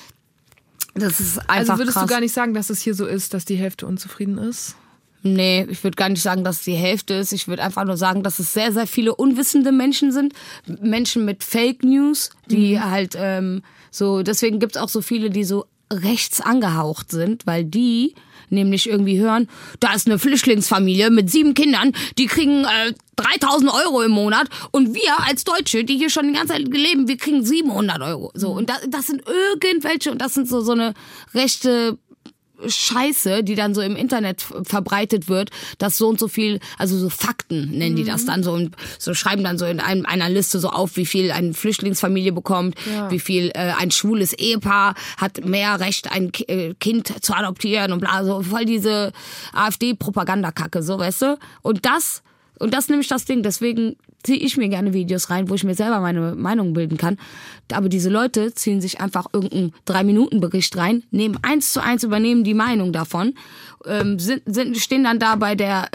Das ist einfach also würdest krass. Du gar nicht sagen, dass es hier so ist, dass die Hälfte unzufrieden ist? Nee, ich würde gar nicht sagen, dass es die Hälfte ist. Ich würde einfach nur sagen, dass es sehr, sehr viele unwissende Menschen sind. Menschen mit Fake News, die halt so, deswegen gibt es auch so viele, die so rechts angehaucht sind, weil die nämlich irgendwie hören, da ist eine Flüchtlingsfamilie mit 7 Kindern, die kriegen 3.000 € im Monat und wir als Deutsche, die hier schon die ganze Zeit leben, wir kriegen 700 €. So, und das sind irgendwelche, und das sind so eine rechte Scheiße, die dann so im Internet verbreitet wird, dass so und so viel, also so Fakten nennen die das dann so und so schreiben dann so in einer Liste so auf, wie viel eine Flüchtlingsfamilie bekommt, wie viel ein schwules Ehepaar hat mehr Recht, ein Kind zu adoptieren und bla, so voll diese AfD-Propagandakacke, so, weißt du? Und das nämlich das Ding, deswegen ziehe ich mir gerne Videos rein, wo ich mir selber meine Meinung bilden kann. Aber diese Leute ziehen sich einfach irgendeinen 3-Minuten-Bericht rein, nehmen 1:1, übernehmen die Meinung davon, stehen dann da bei der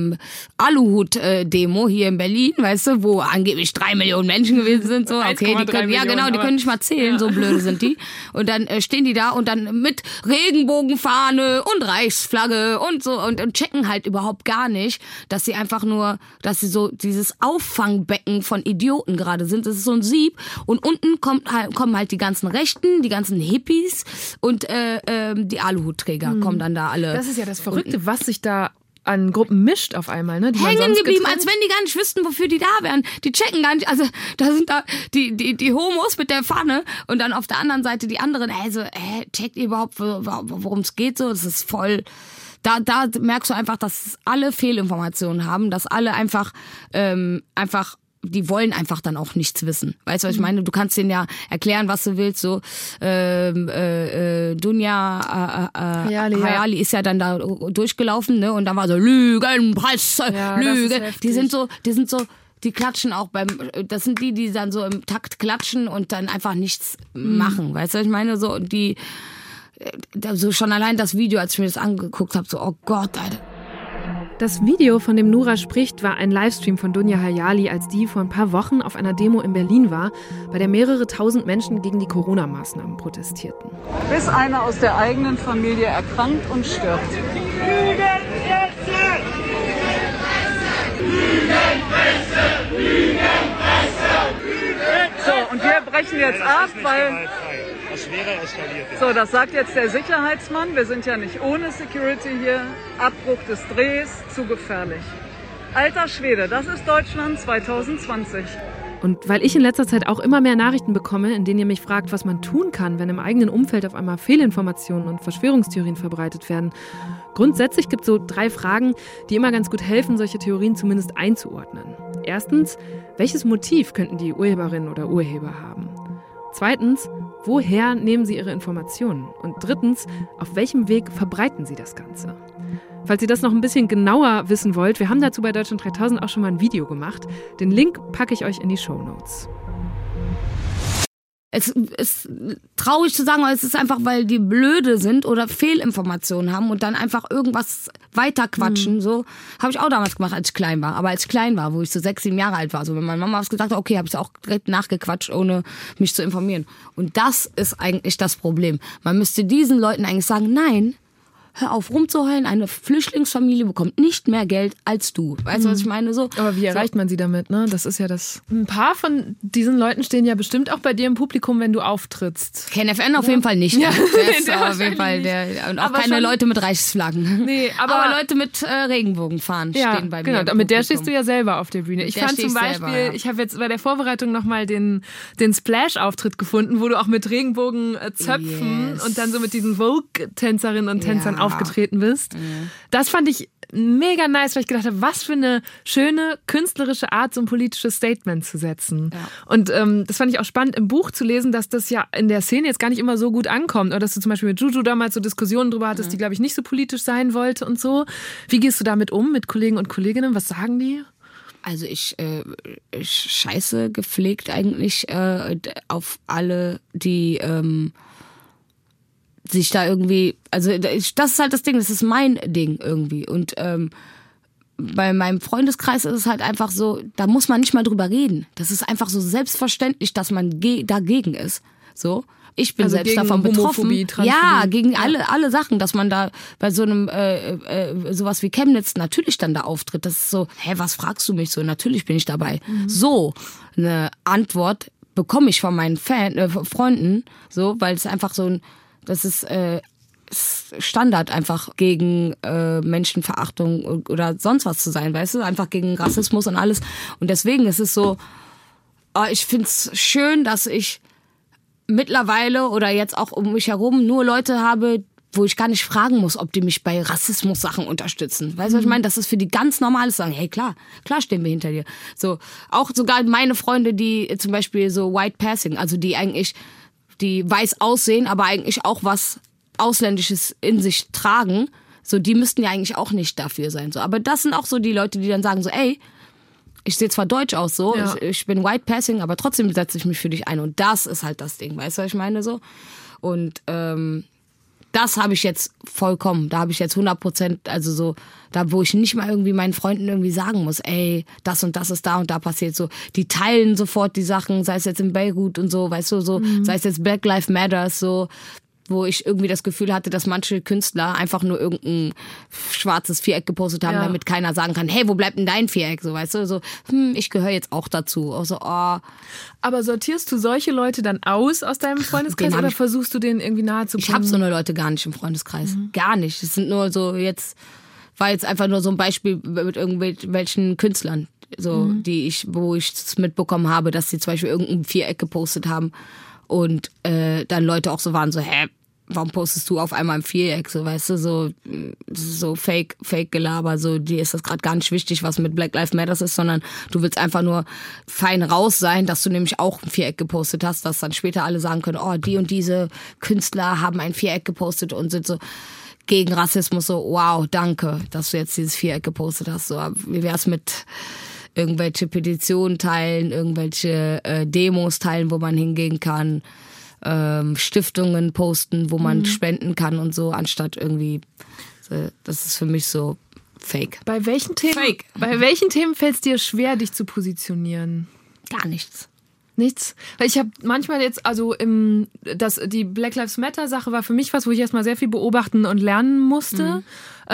Aluhut-Demo hier in Berlin, weißt du, wo angeblich 3 Millionen Menschen gewesen sind. So, okay, die können, ja genau, die können nicht mal zählen, so blöde sind die. Und dann stehen die da und dann mit Regenbogenfahne und Reichsflagge und so und checken halt überhaupt gar nicht, dass sie einfach nur, dass sie so dieses Auffangbecken von Idioten gerade sind. Das ist so ein Sieb und unten kommen halt die ganzen Rechten, die ganzen Hippies und die Aluhutträger kommen dann da alle. Das ist ja das Verrückte, was sich da an Gruppen mischt auf einmal, ne? Hängen geblieben, als wenn die gar nicht wüssten, wofür die da wären. Die checken gar nicht, also da sind da die Homos mit der Pfanne und dann auf der anderen Seite die anderen, also checkt ihr überhaupt, worum es geht so? Das ist voll... Da merkst du einfach, dass alle Fehlinformationen haben, dass alle einfach die wollen einfach dann auch nichts wissen. Weißt du, was ich meine? Du kannst denen ja erklären, was du willst. So Dunja Hayali ist ja dann da durchgelaufen, ne? Und dann war so Lügenpresse, Lüge. Die sind so, die klatschen auch das sind die dann so im Takt klatschen und dann einfach nichts machen. Weißt du, was ich meine? So, und die, so schon allein das Video, als ich mir das angeguckt habe, so, oh Gott, Alter. Das Video, von dem Nora spricht, war ein Livestream von Dunja Hayali, als die vor ein paar Wochen auf einer Demo in Berlin war, bei der mehrere tausend Menschen gegen die Corona-Maßnahmen protestierten. Bis einer aus der eigenen Familie erkrankt und stirbt. Lügenpresse! Lügenpresse! So, und wir brechen jetzt ab, weil was schwerer eskaliert ist. So, das sagt jetzt der Sicherheitsmann. Wir sind ja nicht ohne Security hier. Abbruch des Drehs, zu gefährlich. Alter Schwede, das ist Deutschland 2020. Und weil ich in letzter Zeit auch immer mehr Nachrichten bekomme, in denen ihr mich fragt, was man tun kann, wenn im eigenen Umfeld auf einmal Fehlinformationen und Verschwörungstheorien verbreitet werden. Grundsätzlich gibt es so 3 Fragen, die immer ganz gut helfen, solche Theorien zumindest einzuordnen. Erstens, welches Motiv könnten die Urheberinnen oder Urheber haben? Zweitens, woher nehmen sie ihre Informationen? Und drittens, auf welchem Weg verbreiten sie das Ganze? Falls ihr das noch ein bisschen genauer wissen wollt, wir haben dazu bei Deutschland 3000 auch schon mal ein Video gemacht. Den Link packe ich euch in die Shownotes. Es ist traurig zu sagen, aber es ist einfach, weil die blöde sind oder Fehlinformationen haben und dann einfach irgendwas weiterquatschen. So habe ich auch damals gemacht, als ich klein war. Aber als ich klein war, wo ich so 6, 7 Jahre alt war, so wenn meine Mama was gesagt hat, okay, habe ich auch direkt nachgequatscht, ohne mich zu informieren. Und das ist eigentlich das Problem. Man müsste diesen Leuten eigentlich sagen, nein, hör auf rumzuheulen, eine Flüchtlingsfamilie bekommt nicht mehr Geld als du. Weißt du, was ich meine? So. Aber wie erreicht man sie damit, ne? Das ist ja das. Ein paar von diesen Leuten stehen ja bestimmt auch bei dir im Publikum, wenn du auftrittst. KenFM auf jeden Fall nicht. Ja, der ist der auf jeden Fall der. Und auch aber keine schon, Leute mit Reichsflaggen. Nee, aber Leute mit Regenbogenfahnen stehen bei mir. Genau, mit der stehst du ja selber auf der Bühne. Ich fand zum Beispiel, ich habe jetzt bei der Vorbereitung nochmal den Splash-Auftritt gefunden, wo du auch mit Regenbogenzöpfen und dann so mit diesen Vogue-Tänzerinnen und Tänzern aufgetreten bist. Das fand ich mega nice, weil ich gedacht habe, was für eine schöne künstlerische Art, so ein politisches Statement zu setzen. Ja. Und das fand ich auch spannend im Buch zu lesen, dass das ja in der Szene jetzt gar nicht immer so gut ankommt. Oder dass du zum Beispiel mit Juju damals so Diskussionen drüber hattest, die, glaube ich, nicht so politisch sein wollte und so. Wie gehst du damit um, mit Kollegen und Kolleginnen? Was sagen die? Also ich scheiße gepflegt eigentlich auf alle, die sich da irgendwie, also das ist halt das Ding, das ist mein Ding irgendwie. Und bei meinem Freundeskreis ist es halt einfach so, da muss man nicht mal drüber reden. Das ist einfach so selbstverständlich, dass man dagegen ist. So. Ich bin also selbst davon betroffen. Ja, gegen alle Sachen, dass man da bei so einem sowas wie Chemnitz natürlich dann da auftritt. Das ist so, was fragst du mich so? Natürlich bin ich dabei. So eine Antwort bekomme ich von meinen Freunden, so, weil es einfach so ein, das ist Standard einfach gegen Menschenverachtung oder sonst was zu sein, weißt du? Einfach gegen Rassismus und alles. Und deswegen ist es so, ich find's schön, dass ich mittlerweile oder jetzt auch um mich herum nur Leute habe, wo ich gar nicht fragen muss, ob die mich bei Rassismus-Sachen unterstützen. Weißt du, was ich meine? Das ist für die ganz normales sagen, hey, klar stehen wir hinter dir. So, auch sogar meine Freunde, die zum Beispiel so White Passing, also die weiß aussehen, aber eigentlich auch was Ausländisches in sich tragen, so, die müssten ja eigentlich auch nicht dafür sein. So, aber das sind auch so die Leute, die dann sagen so, ey, ich sehe zwar deutsch aus, so, ja. ich bin White Passing, aber trotzdem setze ich mich für dich ein. Und das ist halt das Ding, weißt du, was ich meine, so? Und das habe ich jetzt vollkommen. Da habe ich jetzt 100%, also so, da wo ich nicht mal irgendwie meinen Freunden irgendwie sagen muss, ey, das und das ist da und da passiert so. Die teilen sofort die Sachen, sei es jetzt in Beirut und so, weißt du, so, sei es jetzt Black Lives Matter, so, wo ich irgendwie das Gefühl hatte, dass manche Künstler einfach nur irgendein schwarzes Viereck gepostet haben, damit keiner sagen kann, hey, wo bleibt denn dein Viereck? So, weißt du, so, ich gehöre jetzt auch dazu. Also, Aber sortierst du solche Leute dann aus deinem Freundeskreis oder versuchst du denen irgendwie nahe zu bringen? Ich habe so eine Leute gar nicht im Freundeskreis. Gar nicht. Es sind nur so war jetzt einfach nur so ein Beispiel mit irgendwelchen Künstlern, so, wo ich es mitbekommen habe, dass sie zum Beispiel irgendein Viereck gepostet haben. Und dann Leute auch so waren so, warum postest du auf einmal im Viereck? So, weißt du, so Fake-Gelaber, so, dir ist das gerade gar nicht wichtig, was mit Black Lives Matter ist, sondern du willst einfach nur fein raus sein, dass du nämlich auch ein Viereck gepostet hast, dass dann später alle sagen können, oh, die und diese Künstler haben ein Viereck gepostet und sind so gegen Rassismus, so, wow, danke, dass du jetzt dieses Viereck gepostet hast. So, wie wär's mit irgendwelche Petitionen teilen, irgendwelche Demos teilen, wo man hingehen kann, Stiftungen posten, wo man spenden kann und so, anstatt irgendwie, das ist für mich so fake. Bei welchen Themen fällt es dir schwer, dich zu positionieren? Gar nichts. Nichts? Weil ich habe manchmal jetzt, also die Black Lives Matter Sache war für mich was, wo ich erstmal sehr viel beobachten und lernen musste.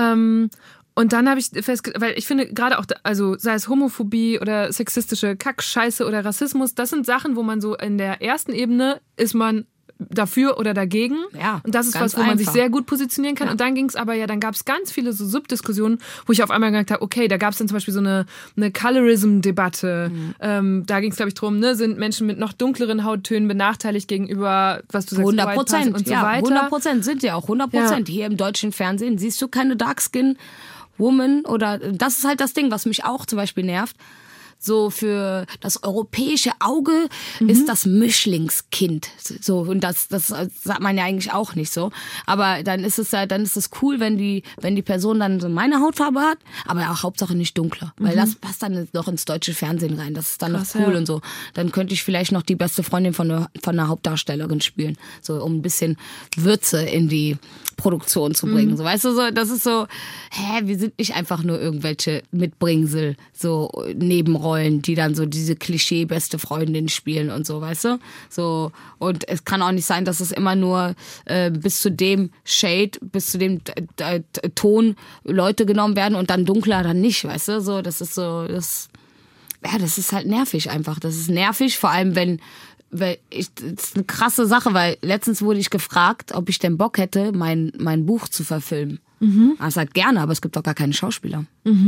Und dann habe ich festgestellt, weil ich finde gerade auch, also sei es Homophobie oder sexistische Kackscheiße oder Rassismus, das sind Sachen, wo man so in der ersten Ebene ist man dafür oder dagegen. Ja, und das ist ganz was, wo man sich einfach. sehr gut positionieren kann. Ja. Und dann ging es aber dann gab es ganz viele so Subdiskussionen, wo ich auf einmal gedacht habe, okay, da gab es dann zum Beispiel so eine Colorism-Debatte. Da ging es, glaube ich, drum, ne, sind Menschen mit noch dunkleren Hauttönen benachteiligt gegenüber, was du sagst, White Passing 100%, und so ja, weiter. 100% sind sie auch, 100%. Ja. Hier im deutschen Fernsehen siehst du keine Dark-Skin-Woman oder, das ist halt das Ding, was mich auch zum Beispiel nervt. So für das europäische Auge ist das Mischlingskind. So, und das sagt man ja eigentlich auch nicht so. Aber dann ist es cool, wenn die Person dann so meine Hautfarbe hat, aber auch Hauptsache nicht dunkler. Weil das passt dann noch ins deutsche Fernsehen rein. Das ist dann Krass, noch cool ja. und so. Dann könnte ich vielleicht noch die beste Freundin von einer Hauptdarstellerin spielen. So, um ein bisschen Würze in die Produktion zu bringen. So, weißt du, so, das ist so, wir sind nicht einfach nur irgendwelche Mitbringsel, so Nebenrollen, die dann so diese Klischee-beste Freundin spielen und so, weißt du? So, und es kann auch nicht sein, dass es immer nur bis zu dem Shade, bis zu dem Ton Leute genommen werden und dann dunkler dann nicht, weißt du? So, das ist so, das ist halt nervig einfach. Das ist nervig, vor allem das ist eine krasse Sache, weil letztens wurde ich gefragt, ob ich denn Bock hätte, mein Buch zu verfilmen. Ich sag gerne, aber es gibt doch gar keine Schauspieler.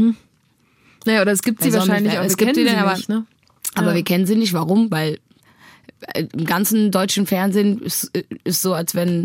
Naja, oder es gibt sie Wer soll wahrscheinlich, mich- aber es wir gibt kennen die sie denn, nicht, ne? Aber wir kennen sie nicht. Warum? Weil im ganzen deutschen Fernsehen ist so, als wenn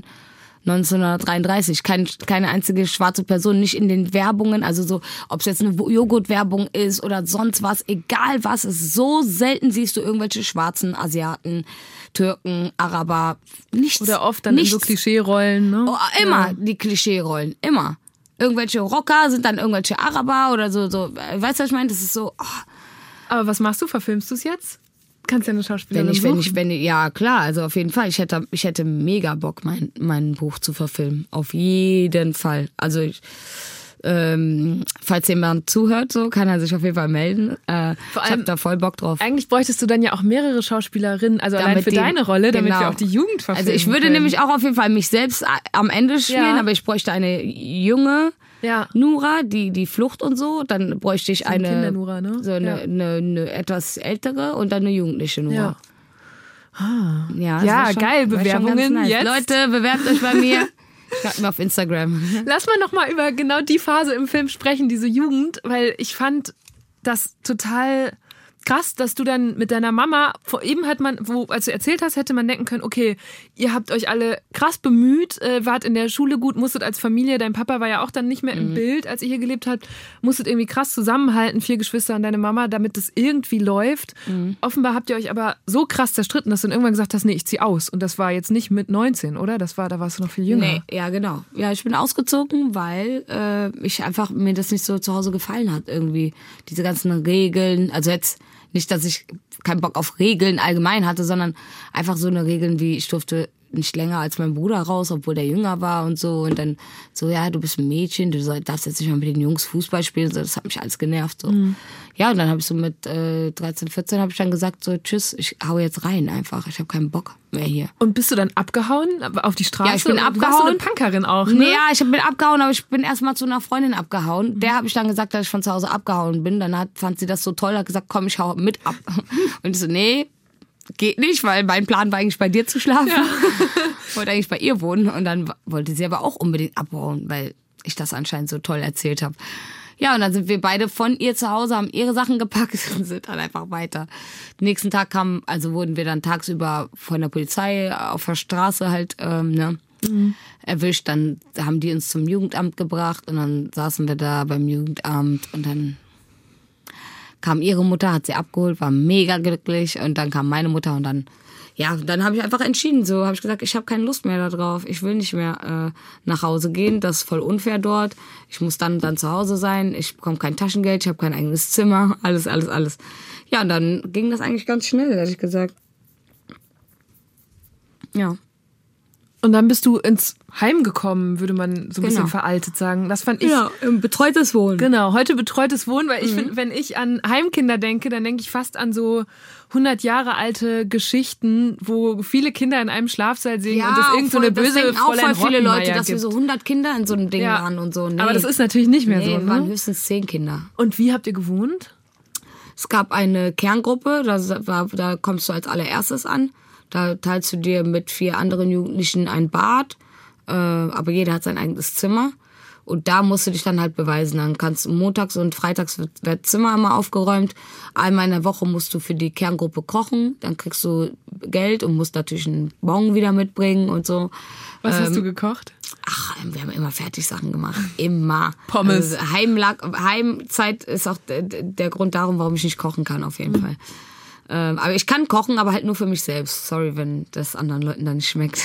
1933 keine einzige schwarze Person, nicht in den Werbungen, also so, ob es jetzt eine Joghurt-Werbung ist oder sonst was, egal was, ist so selten siehst du irgendwelche schwarzen Asiaten, Türken, Araber, nichts. Oder oft dann in so Klischee-Rollen, ne? Oh, immer die Klischee-Rollen, immer. Irgendwelche Rocker sind dann irgendwelche Araber oder so. Weißt du, was ich meine? Das ist so, Aber was machst du? Verfilmst du es jetzt? Kannst ja eine Schauspielerin suchen. ja klar, also auf jeden Fall. Ich hätte mega Bock, mein Buch zu verfilmen. Auf jeden Fall. Also falls jemand zuhört, so kann er sich auf jeden Fall melden. Ich habe da voll Bock drauf. Eigentlich bräuchtest du dann ja auch mehrere Schauspielerinnen, also allein für deine Rolle, damit wir auch die Jugend verfilmen Also ich würde können. nämlich auch auf jeden Fall mich selbst am Ende spielen, Ja. aber ich bräuchte eine junge Ja. Nura, die Flucht und so. Dann bräuchte ich eine Kinder-Nura, ne? so eine etwas ältere und dann eine jugendliche Nura. Ja, das Ja, wär schon- geil, wär schon ganz Bewerbungen nice. jetzt. Leute, bewerbt euch bei mir. Schreibt mir auf Instagram. Lass mal noch mal über genau die Phase im Film sprechen, diese Jugend, weil ich fand das total krass, dass du dann mit deiner Mama, eben hat man, als du erzählt hast, hätte man denken können, okay, ihr habt euch alle krass bemüht, wart in der Schule gut, musstet als Familie, dein Papa war ja auch dann nicht mehr im Bild, als ihr hier gelebt habt, musstet irgendwie krass zusammenhalten, 4 Geschwister und deine Mama, damit es irgendwie läuft. Offenbar habt ihr euch aber so krass zerstritten, dass du dann irgendwann gesagt hast, nee, ich zieh aus. Und das war jetzt nicht mit 19, oder? Da warst du noch viel jünger. Nee, ja, genau. Ja, ich bin ausgezogen, weil ich einfach mir das nicht so zu Hause gefallen hat irgendwie. Diese ganzen Regeln, also jetzt nicht, dass ich keinen Bock auf Regeln allgemein hatte, sondern einfach so eine Regeln wie, ich durfte nicht länger als mein Bruder raus, obwohl der jünger war und so. Und dann so, ja, du bist ein Mädchen, du darfst jetzt nicht mal mit den Jungs Fußball spielen. So, das hat mich alles genervt. So. Ja, und dann habe ich so mit 13, 14 habe ich dann gesagt, so tschüss, ich hau jetzt rein einfach. Ich habe keinen Bock mehr hier. Und bist du dann abgehauen auf die Straße? Ja, ich bin Du warst so abgehauen. eine Punkerin auch, ne? Nee, ja, ich bin abgehaun, aber ich bin erstmal zu einer Freundin abgehauen. Der habe ich dann gesagt, dass ich von zu Hause abgehauen bin. Dann fand sie das so toll, hat gesagt, komm, ich hau mit ab. Und ich so, nee, geht nicht, weil mein Plan war eigentlich bei dir zu schlafen. Ja. Ich wollte eigentlich bei ihr wohnen. Und dann wollte sie aber auch unbedingt abhauen, weil ich das anscheinend so toll erzählt habe. Ja, und dann sind wir beide von ihr zu Hause, haben ihre Sachen gepackt und sind dann einfach weiter. Den nächsten Tag wurden wir dann tagsüber von der Polizei auf der Straße halt erwischt. Dann haben die uns zum Jugendamt gebracht und dann saßen wir da beim Jugendamt und dann kam ihre Mutter, hat sie abgeholt, war mega glücklich und dann kam meine Mutter und dann habe ich einfach entschieden, so habe ich gesagt, ich habe keine Lust mehr darauf, ich will nicht mehr nach Hause gehen, das ist voll unfair dort, ich muss dann zu Hause sein, ich bekomme kein Taschengeld, ich habe kein eigenes Zimmer, alles. Ja, und dann ging das eigentlich ganz schnell, ehrlich gesagt. Ja. Und dann bist du ins Heim gekommen, würde man so ein bisschen Genau. veraltet sagen. Das fand ich. Ja, betreutes Wohnen. Genau, heute betreutes Wohnen, weil ich finde, wenn ich an Heimkinder denke, dann denke ich fast an so 100 Jahre alte Geschichten, wo viele Kinder in einem Schlafsaal singen und es irgend so eine das böse denken auch Fräulein voll viele Leute, Rottenmeier dass wir gibt. so 100 Kinder in so einem Ding Ja. waren und so. Nee. Aber das ist natürlich nicht mehr so, wir waren ne? höchstens 10 Kinder. Und wie habt ihr gewohnt? Es gab eine Kerngruppe, da kommst du als allererstes an. Da teilst du dir mit 4 anderen Jugendlichen ein Bad, aber jeder hat sein eigenes Zimmer. Und da musst du dich dann halt beweisen. Dann kannst montags und freitags wird Zimmer immer aufgeräumt. Einmal in der Woche musst du für die Kerngruppe kochen. Dann kriegst du Geld und musst natürlich einen Bon wieder mitbringen und so. Was hast du gekocht? Ach, wir haben immer Fertigsachen gemacht. Immer. Pommes. Also Heimzeit ist auch der Grund darum, warum ich nicht kochen kann, auf jeden Fall. Aber ich kann kochen, aber halt nur für mich selbst. Sorry, wenn das anderen Leuten dann nicht schmeckt.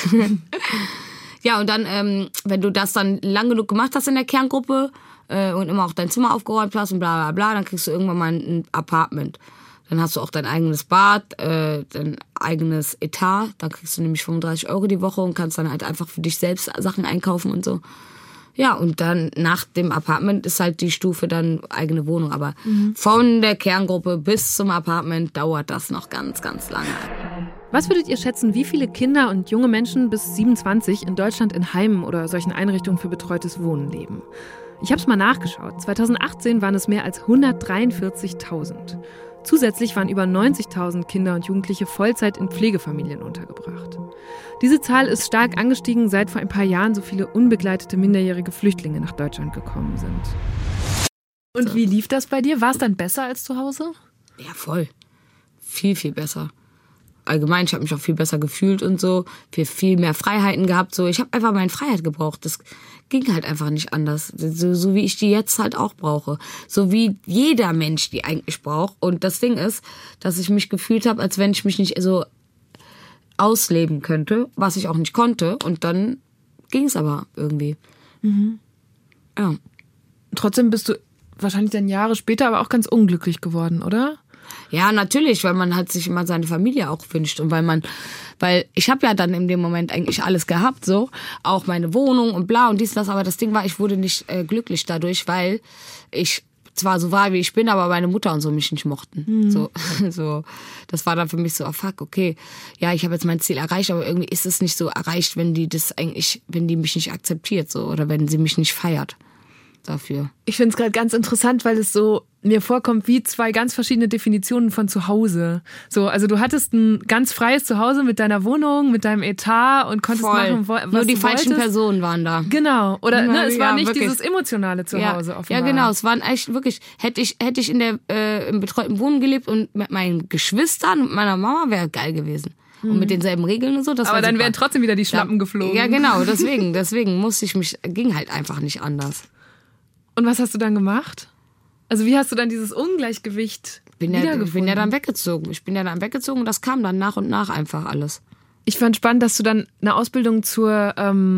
Ja, und dann, wenn du das dann lang genug gemacht hast in der Kerngruppe und immer auch dein Zimmer aufgeräumt hast und bla bla bla, dann kriegst du irgendwann mal ein Apartment. Dann hast du auch dein eigenes Bad, dein eigenes Etat. Dann kriegst du nämlich 35 € die Woche und kannst dann halt einfach für dich selbst Sachen einkaufen und so. Ja, und dann nach dem Apartment ist halt die Stufe dann eigene Wohnung. Aber von der Kerngruppe bis zum Apartment dauert das noch ganz, ganz lange. Was würdet ihr schätzen, wie viele Kinder und junge Menschen bis 27 in Deutschland in Heimen oder solchen Einrichtungen für betreutes Wohnen leben? Ich habe es mal nachgeschaut. 2018 waren es mehr als 143.000. Zusätzlich waren über 90.000 Kinder und Jugendliche Vollzeit in Pflegefamilien untergebracht. Diese Zahl ist stark angestiegen, seit vor ein paar Jahren so viele unbegleitete minderjährige Flüchtlinge nach Deutschland gekommen sind. Und wie lief das bei dir? War es dann besser als zu Hause? Ja, voll. Viel, viel besser. Allgemein, ich habe mich auch viel besser gefühlt und so, viel mehr Freiheiten gehabt. So, ich habe einfach meine Freiheit gebraucht. Das ging halt einfach nicht anders. So wie ich die jetzt halt auch brauche. So wie jeder Mensch die eigentlich braucht. Und das Ding ist, dass ich mich gefühlt habe, als wenn ich mich nicht so ausleben könnte, was ich auch nicht konnte. Und dann ging es aber irgendwie. Ja. Trotzdem bist du wahrscheinlich dann Jahre später aber auch ganz unglücklich geworden, oder? Ja, natürlich, weil man halt sich immer seine Familie auch wünscht und weil ich habe ja dann in dem Moment eigentlich alles gehabt, so, auch meine Wohnung und bla und dies, das, aber das Ding war, ich wurde nicht glücklich dadurch, weil ich zwar so war, wie ich bin, aber meine Mutter und so mich nicht mochten. So, das war dann für mich so, oh fuck, okay, ja, ich habe jetzt mein Ziel erreicht, aber irgendwie ist es nicht so erreicht, wenn die mich nicht akzeptiert, so, oder wenn sie mich nicht feiert dafür. Ich finde es gerade ganz interessant, weil es so mir vorkommt wie 2 ganz verschiedene Definitionen von Zuhause. So, also du hattest ein ganz freies Zuhause mit deiner Wohnung, mit deinem Etat und konntest machen, was nur die du falschen wolltest. Personen waren da. Genau, oder Ja, es war ja, nicht wirklich. dieses emotionale Zuhause offenbar. Ja, genau, es waren echt wirklich, hätte ich in der im betreuten Wohnen gelebt und mit meinen Geschwistern und meiner Mama, wäre geil gewesen. Und mit denselben Regeln und so, das aber war dann super. wären trotzdem wieder die Schlappen geflogen. Ja, genau, deswegen ging halt einfach nicht anders. Und was hast du dann gemacht? Also wie hast du dann dieses Ungleichgewicht wiedergefunden? Ich bin ja dann weggezogen und das kam dann nach und nach einfach alles. Ich fand spannend, dass du dann eine Ausbildung zur,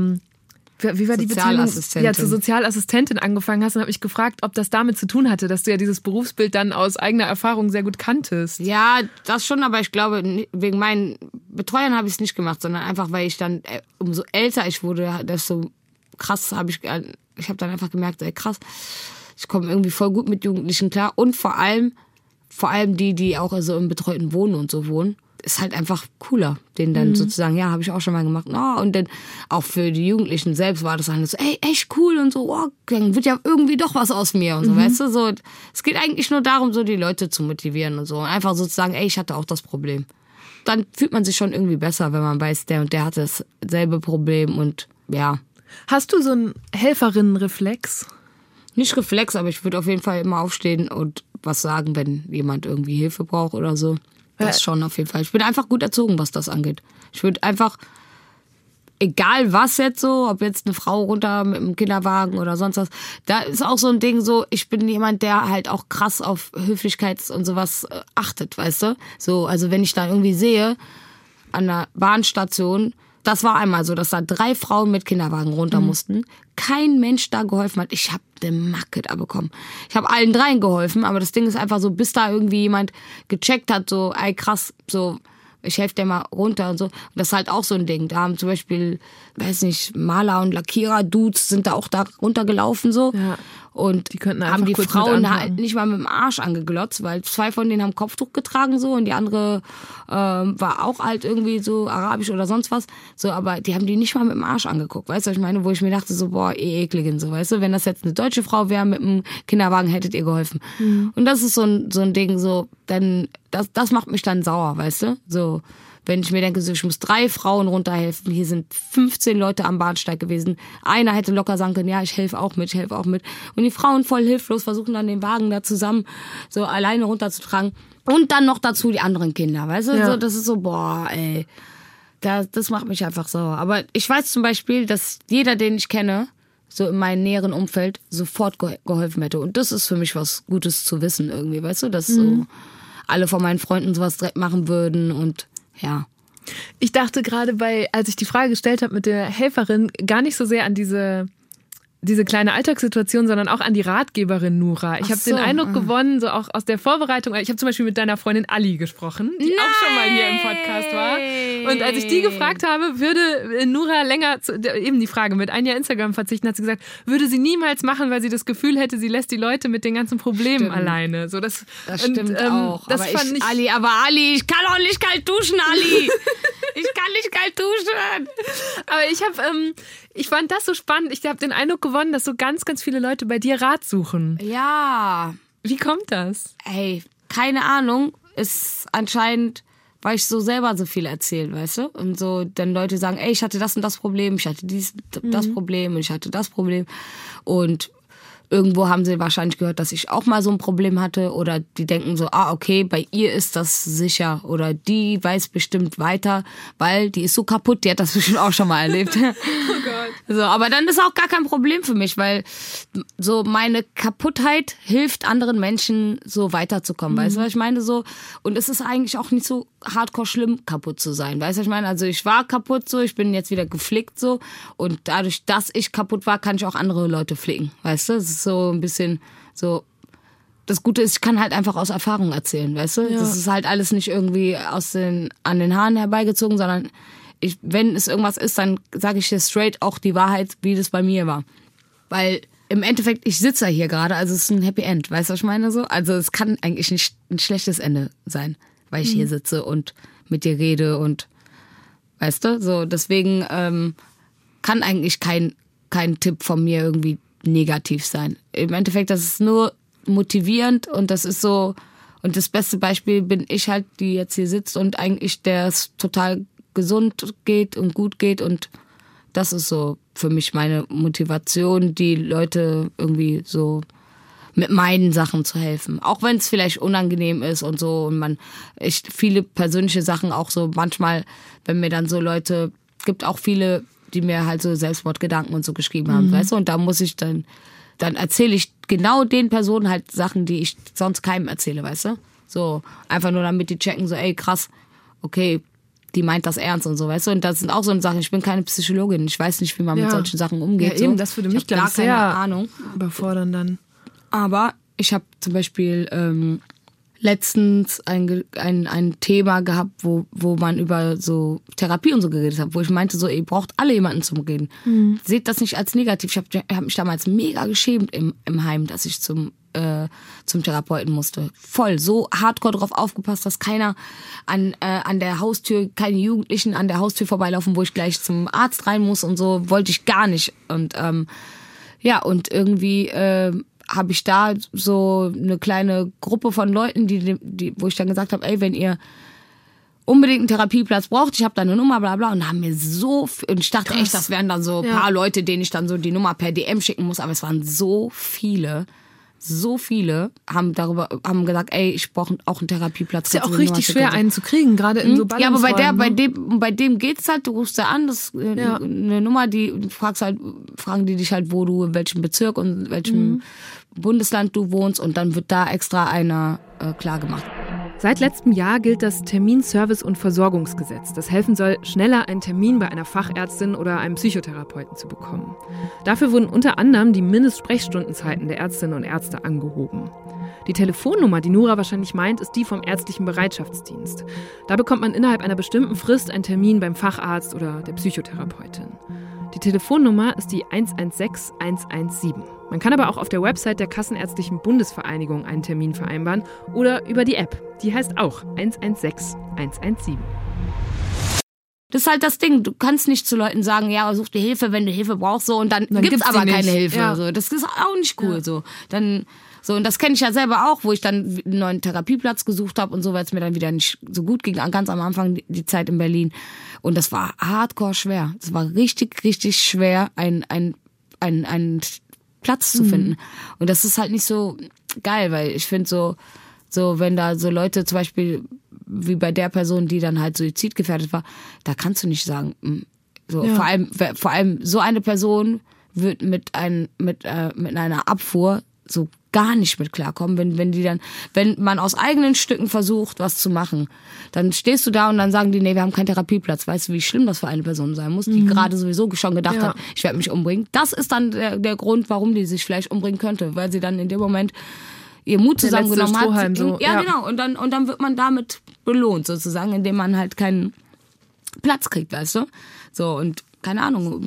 wie war die Bezeichnung? Ja, zur Sozialassistentin angefangen hast und habe mich gefragt, ob das damit zu tun hatte, dass du ja dieses Berufsbild dann aus eigener Erfahrung sehr gut kanntest. Ja, das schon, aber ich glaube, wegen meinen Betreuern habe ich es nicht gemacht, sondern einfach, weil ich dann, umso älter ich wurde, desto krass habe ich dann einfach gemerkt, ey, krass, ich komme irgendwie voll gut mit Jugendlichen klar und vor allem die auch so im betreuten Wohnen und so wohnen, ist halt einfach cooler, denen dann sozusagen, ja, habe ich auch schon mal gemacht. Oh, und dann auch für die Jugendlichen selbst war das dann so, ey, echt cool und so, oh, dann wird ja irgendwie doch was aus mir und so, weißt du, so. Es geht eigentlich nur darum, so die Leute zu motivieren und so und einfach sozusagen, ey, ich hatte auch das Problem. Dann fühlt man sich schon irgendwie besser, wenn man weiß, der und der hatte dasselbe Problem und ja. Hast du so einen Helferinnenreflex? Nicht Reflex, aber ich würde auf jeden Fall immer aufstehen und was sagen, wenn jemand irgendwie Hilfe braucht oder so. Das schon auf jeden Fall. Ich bin einfach gut erzogen, was das angeht. Ich würde einfach, egal was jetzt so, ob jetzt eine Frau runter mit dem Kinderwagen oder sonst was, da ist auch so ein Ding so, ich bin jemand, der halt auch krass auf Höflichkeit und sowas achtet, weißt du? So, also wenn ich da irgendwie sehe, an der Bahnstation, das war einmal so, dass da 3 Frauen mit Kinderwagen runter mussten. Kein Mensch da geholfen hat. Ich habe eine Macke da bekommen. Ich habe allen 3 geholfen, aber das Ding ist einfach so, bis da irgendwie jemand gecheckt hat, so, ey krass, so, ich helfe dir mal runter und so. Und das ist halt auch so ein Ding. Da haben zum Beispiel, weiß nicht, Maler und Lackierer-Dudes sind da auch da runtergelaufen so. Ja. Und die haben die Frauen halt nicht mal mit dem Arsch angeglotzt, weil 2 von denen haben Kopftuch getragen so und die andere war auch halt irgendwie so arabisch oder sonst was. So, aber die haben die nicht mal mit dem Arsch angeguckt, weißt du, was ich meine? Wo ich mir dachte so, boah, ekligen, so, weißt du? Wenn das jetzt eine deutsche Frau wäre mit einem Kinderwagen, hättet ihr geholfen. Und das ist so ein Ding, so, dann, das macht mich dann sauer, weißt du? So, wenn ich mir denke, so, ich muss 3 Frauen runterhelfen, hier sind 15 Leute am Bahnsteig gewesen. Einer hätte locker sagen können, ja, ich helfe auch mit. Und die Frauen voll hilflos versuchen dann den Wagen da zusammen so alleine runterzutragen. Und dann noch dazu die anderen Kinder, weißt du? So, das ist so, boah, ey. Das macht mich einfach sauer. Aber ich weiß zum Beispiel, dass jeder, den ich kenne, so in meinem näheren Umfeld, sofort geholfen hätte. Und das ist für mich was Gutes zu wissen irgendwie, weißt du? Dass so alle von meinen Freunden sowas direkt machen würden und ja. Ich dachte gerade als ich die Frage gestellt habe mit der Helferin, gar nicht so sehr an diese kleine Alltagssituation, sondern auch an die Ratgeberin Nura. Ich habe den Eindruck gewonnen, so auch aus der Vorbereitung. Ich habe zum Beispiel mit deiner Freundin Ali gesprochen, die auch schon mal hier im Podcast war. Und als ich die gefragt habe, würde Nura eben die Frage mit ein Jahr Instagram verzichten, hat sie gesagt, würde sie niemals machen, weil sie das Gefühl hätte, sie lässt die Leute mit den ganzen Problemen alleine. So, das stimmt auch. Das aber Ali, ich kann auch nicht kalt duschen, Ali. Ich kann nicht kalt duschen. Aber ich fand das so spannend. Ich habe den Eindruck gewonnen, dass so ganz, ganz viele Leute bei dir Rat suchen. Ja. Wie kommt das? Hey, keine Ahnung. Ist anscheinend, weil ich so selber so viel erzähle, weißt du? Und so dann Leute sagen, ey, ich hatte das und das Problem, ich hatte das Problem und ich hatte das Problem. Und irgendwo haben sie wahrscheinlich gehört, dass ich auch mal so ein Problem hatte oder die denken so, okay, bei ihr ist das sicher oder die weiß bestimmt weiter, weil die ist so kaputt, die hat das bestimmt auch schon mal erlebt. Oh Gott. So, aber dann ist auch gar kein Problem für mich, weil so meine Kaputtheit hilft anderen Menschen so weiterzukommen, weißt du, was ich meine? So, und es ist eigentlich auch nicht so hardcore schlimm, kaputt zu sein, weißt du, was ich meine? Also ich war kaputt so, ich bin jetzt wieder geflickt so und dadurch, dass ich kaputt war, kann ich auch andere Leute flicken, weißt du? Das ist so ein bisschen so, das Gute ist, ich kann halt einfach aus Erfahrung erzählen, weißt du? Ja. Das ist halt alles nicht irgendwie an den Haaren herbeigezogen, sondern wenn es irgendwas ist, dann sage ich dir straight auch die Wahrheit, wie das bei mir war. Weil im Endeffekt, ich sitze hier gerade, also es ist ein Happy End, weißt du, was ich meine so? Also es kann eigentlich nicht ein schlechtes Ende sein, weil ich hier sitze und mit dir rede und, weißt du, so deswegen kann eigentlich kein Tipp von mir irgendwie negativ sein. Im Endeffekt, das ist nur motivierend und das ist so, und das beste Beispiel bin ich halt, die jetzt hier sitzt und eigentlich der es total gesund geht und gut geht und das ist so für mich meine Motivation, die Leute irgendwie so mit meinen Sachen zu helfen. Auch wenn es vielleicht unangenehm ist und so und viele persönliche Sachen auch so manchmal, wenn mir dann so Leute, gibt auch viele, die mir halt so Selbstmordgedanken und so geschrieben haben, weißt du, und da muss ich dann erzähle ich genau den Personen halt Sachen, die ich sonst keinem erzähle, weißt du, so einfach nur damit die checken, so ey krass, okay, die meint das ernst und so, weißt du? Und das sind auch so eine Sachen, ich bin keine Psychologin, ich weiß nicht, wie man mit solchen Sachen umgeht. Ja, eben, so. das würde mich, glaube ich, sehr Ahnung überfordern dann. Aber ich habe zum Beispiel letztens ein Thema gehabt, wo man über so Therapie und so geredet hat, wo ich meinte so, ihr braucht alle jemanden zum Reden. Seht das nicht als negativ. Ich hab mich damals mega geschämt im Heim, dass ich zum Therapeuten musste. Voll, so hardcore drauf aufgepasst, dass keiner an der Haustür, keine Jugendlichen an der Haustür vorbeilaufen, wo ich gleich zum Arzt rein muss und so, wollte ich gar nicht. Und und irgendwie habe ich da so eine kleine Gruppe von Leuten, wo ich dann gesagt habe, ey, wenn ihr unbedingt einen Therapieplatz braucht, ich habe da eine Nummer, bla bla, und haben mir und ich dachte echt, das wären dann so ein paar Leute, denen ich dann so die Nummer per DM schicken muss, aber es waren so viele haben gesagt, ey, ich brauche auch einen Therapieplatz. Ist ja auch richtig schwer, einen zu kriegen, gerade in so Ballungsräumen. Ja, aber bei dem geht's halt, du rufst da an, das ist eine Nummer, fragen die dich halt, wo du, in welchem Bezirk und in welchem Bundesland du wohnst und dann wird da extra einer klar gemacht. Seit letztem Jahr gilt das Terminservice- und Versorgungsgesetz, das helfen soll, schneller einen Termin bei einer Fachärztin oder einem Psychotherapeuten zu bekommen. Dafür wurden unter anderem die Mindestsprechstundenzeiten der Ärztinnen und Ärzte angehoben. Die Telefonnummer, die Nura wahrscheinlich meint, ist die vom ärztlichen Bereitschaftsdienst. Da bekommt man innerhalb einer bestimmten Frist einen Termin beim Facharzt oder der Psychotherapeutin. Die Telefonnummer ist die 116 117. Man kann aber auch auf der Website der Kassenärztlichen Bundesvereinigung einen Termin vereinbaren oder über die App. Die heißt auch 116 117. Das ist halt das Ding. Du kannst nicht zu Leuten sagen, ja, such dir Hilfe, wenn du Hilfe brauchst, so, und dann gibt's aber keine Hilfe. Ja. So. Das ist auch nicht cool. So. Dann, so, und das kenne ich ja selber auch, wo ich dann einen neuen Therapieplatz gesucht habe und so, weil es mir dann wieder nicht so gut ging, ganz am Anfang die Zeit in Berlin. Und das war hardcore schwer. Es war richtig, richtig schwer, einen Platz zu finden. Und das ist halt nicht so geil, weil ich finde so, wenn da so Leute zum Beispiel, wie bei der Person, die dann halt suizidgefährdet war, da kannst du nicht sagen, so, vor allem so eine Person wird mit einer Abfuhr so gar nicht mit klarkommen, wenn man aus eigenen Stücken versucht, was zu machen, dann stehst du da und dann sagen die, nee, wir haben keinen Therapieplatz. Weißt du, wie schlimm das für eine Person sein muss, die gerade sowieso schon gedacht hat, ich werde mich umbringen. Das ist dann der Grund, warum die sich vielleicht umbringen könnte, weil sie dann in dem Moment ihr Mut zusammengenommen hat. So. Ja, genau. Und dann wird man damit belohnt, sozusagen, indem man halt keinen Platz kriegt, weißt du? So, und keine Ahnung,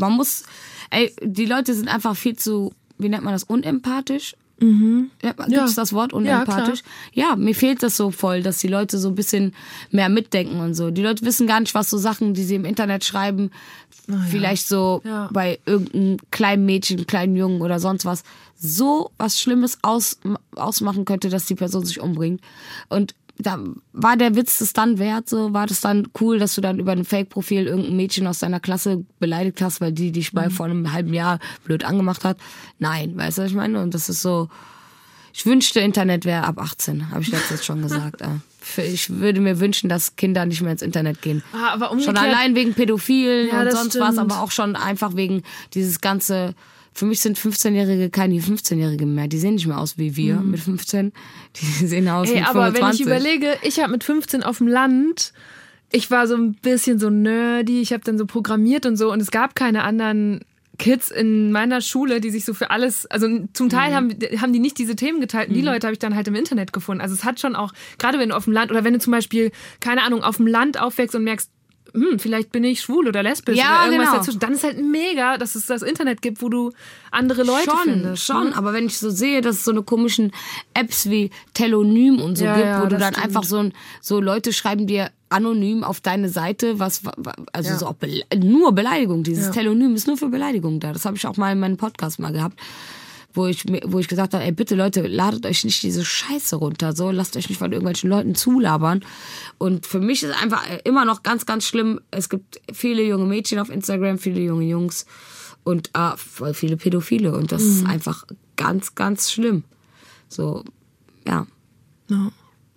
die Leute sind einfach viel zu, wie nennt man das, unempathisch? Gibt es das Wort unempathisch? Ja, mir fehlt das so voll, dass die Leute so ein bisschen mehr mitdenken und so. Die Leute wissen gar nicht, was so Sachen, die sie im Internet schreiben, vielleicht so bei irgendeinem kleinen Mädchen, kleinen Jungen oder sonst was Schlimmes ausmachen könnte, dass die Person sich umbringt. Und da war der Witz das dann wert, so war das dann cool, dass du dann über ein Fake-Profil irgendein Mädchen aus deiner Klasse beleidigt hast, weil die dich vor einem halben Jahr blöd angemacht hat. Nein, weißt du, was ich meine? Und das ist so, ich wünschte, Internet wäre ab 18, habe ich letztens schon gesagt. Ich würde mir wünschen, dass Kinder nicht mehr ins Internet gehen. Aber umgekehrt, schon allein wegen Pädophilen und sonst stimmt. was, aber auch schon einfach wegen dieses ganze. Für mich sind 15-Jährige keine 15-Jährige mehr. Die sehen nicht mehr aus wie wir mit 15. Die sehen aus wie 25. Aber wenn ich überlege, ich habe mit 15 auf dem Land, ich war so ein bisschen so nerdy, ich habe dann so programmiert und so, und es gab keine anderen Kids in meiner Schule, die sich so für alles, also zum Teil haben die nicht diese Themen geteilt, und die Leute habe ich dann halt im Internet gefunden. Also es hat schon auch, gerade wenn du auf dem Land, oder wenn du zum Beispiel, keine Ahnung, auf dem Land aufwächst und merkst, vielleicht bin ich schwul oder lesbisch oder irgendwas dazwischen. Dann ist halt mega, dass es das Internet gibt, wo du andere Leute findest. Schon, aber wenn ich so sehe, dass es so eine komischen Apps wie Telonym und so gibt, wo du dann einfach so Leute schreiben dir anonym auf deine Seite, so auch nur Beleidigung. Dieses Telonym ist nur für Beleidigung da. Das habe ich auch mal in meinem Podcast mal gehabt, wo ich gesagt habe, ey, bitte Leute, ladet euch nicht diese Scheiße runter, so, lasst euch nicht von irgendwelchen Leuten zulabern. Und für mich ist einfach immer noch ganz, ganz schlimm, es gibt viele junge Mädchen auf Instagram, viele junge Jungs und voll viele Pädophile, und das ist einfach ganz, ganz schlimm. So, ja. No.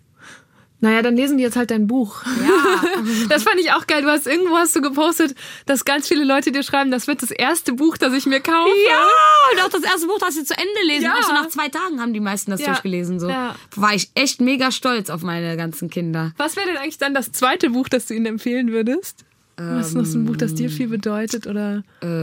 Naja, dann lesen die jetzt halt dein Buch. Ja. Das fand ich auch geil. Irgendwo hast du gepostet, dass ganz viele Leute dir schreiben, das wird das erste Buch, das ich mir kaufe. Ja, und auch das erste Buch, das sie zu Ende lesen. Ja. Auch so nach 2 Tagen haben die meisten das durchgelesen. So. Ja. War ich echt mega stolz auf meine ganzen Kinder. Was wäre denn eigentlich dann das zweite Buch, das du ihnen empfehlen würdest? Hast du noch so ein Buch, das dir viel bedeutet? Oder?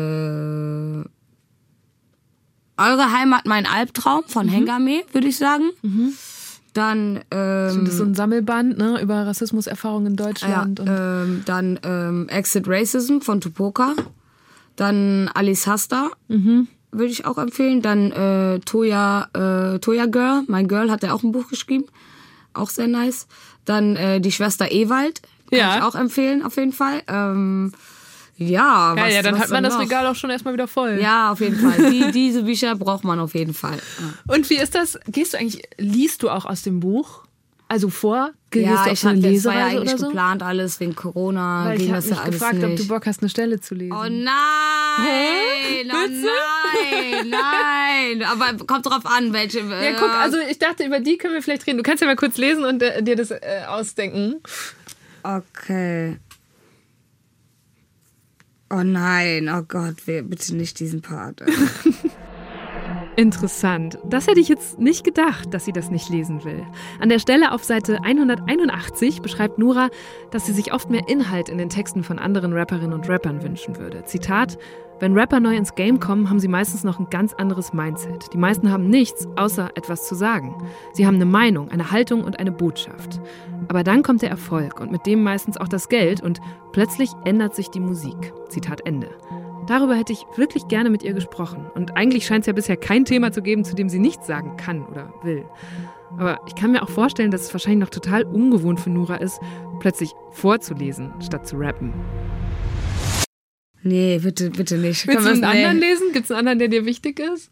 Eure Heimat, mein Albtraum von Hengame, würde ich sagen. Dann das ist so ein Sammelband, ne, über Rassismuserfahrungen in Deutschland. Dann Exit Racism von Tupoka. Dann Alice Hasta, würde ich auch empfehlen. Dann Toya Girl, mein Girl, hat ja auch ein Buch geschrieben. Auch sehr nice. Dann die Schwester Ewald, kann ich auch empfehlen, auf jeden Fall. Ja, ja, dann hat man das noch? Regal auch schon erstmal wieder voll. Ja, auf jeden Fall. Diese Bücher braucht man auf jeden Fall. Ja. Und wie ist das? Liest du auch aus dem Buch? Also vor? Ja, ich hatte das war ja eigentlich oder so? geplant alles, wegen Corona. Weil ich ging habe das mich ja alles gefragt, nicht. ob du Bock hast, eine Stelle zu lesen. Oh nein! Nein! Aber kommt drauf an, welche. Ja, guck, also ich dachte, über die können wir vielleicht reden. Du kannst ja mal kurz lesen und dir das ausdenken. Okay. Oh nein, oh Gott, bitte nicht diesen Part. Interessant. Das hätte ich jetzt nicht gedacht, dass sie das nicht lesen will. An der Stelle auf Seite 181 beschreibt Nura, dass sie sich oft mehr Inhalt in den Texten von anderen Rapperinnen und Rappern wünschen würde. Zitat: Wenn Rapper neu ins Game kommen, haben sie meistens noch ein ganz anderes Mindset. Die meisten haben nichts, außer etwas zu sagen. Sie haben eine Meinung, eine Haltung und eine Botschaft. Aber dann kommt der Erfolg und mit dem meistens auch das Geld und plötzlich ändert sich die Musik. Zitat Ende. Darüber hätte ich wirklich gerne mit ihr gesprochen. Und eigentlich scheint es ja bisher kein Thema zu geben, zu dem sie nichts sagen kann oder will. Aber ich kann mir auch vorstellen, dass es wahrscheinlich noch total ungewohnt für Nura ist, plötzlich vorzulesen, statt zu rappen. Nee, bitte nicht. Willst du einen anderen lesen? Gibt es einen anderen, der dir wichtig ist?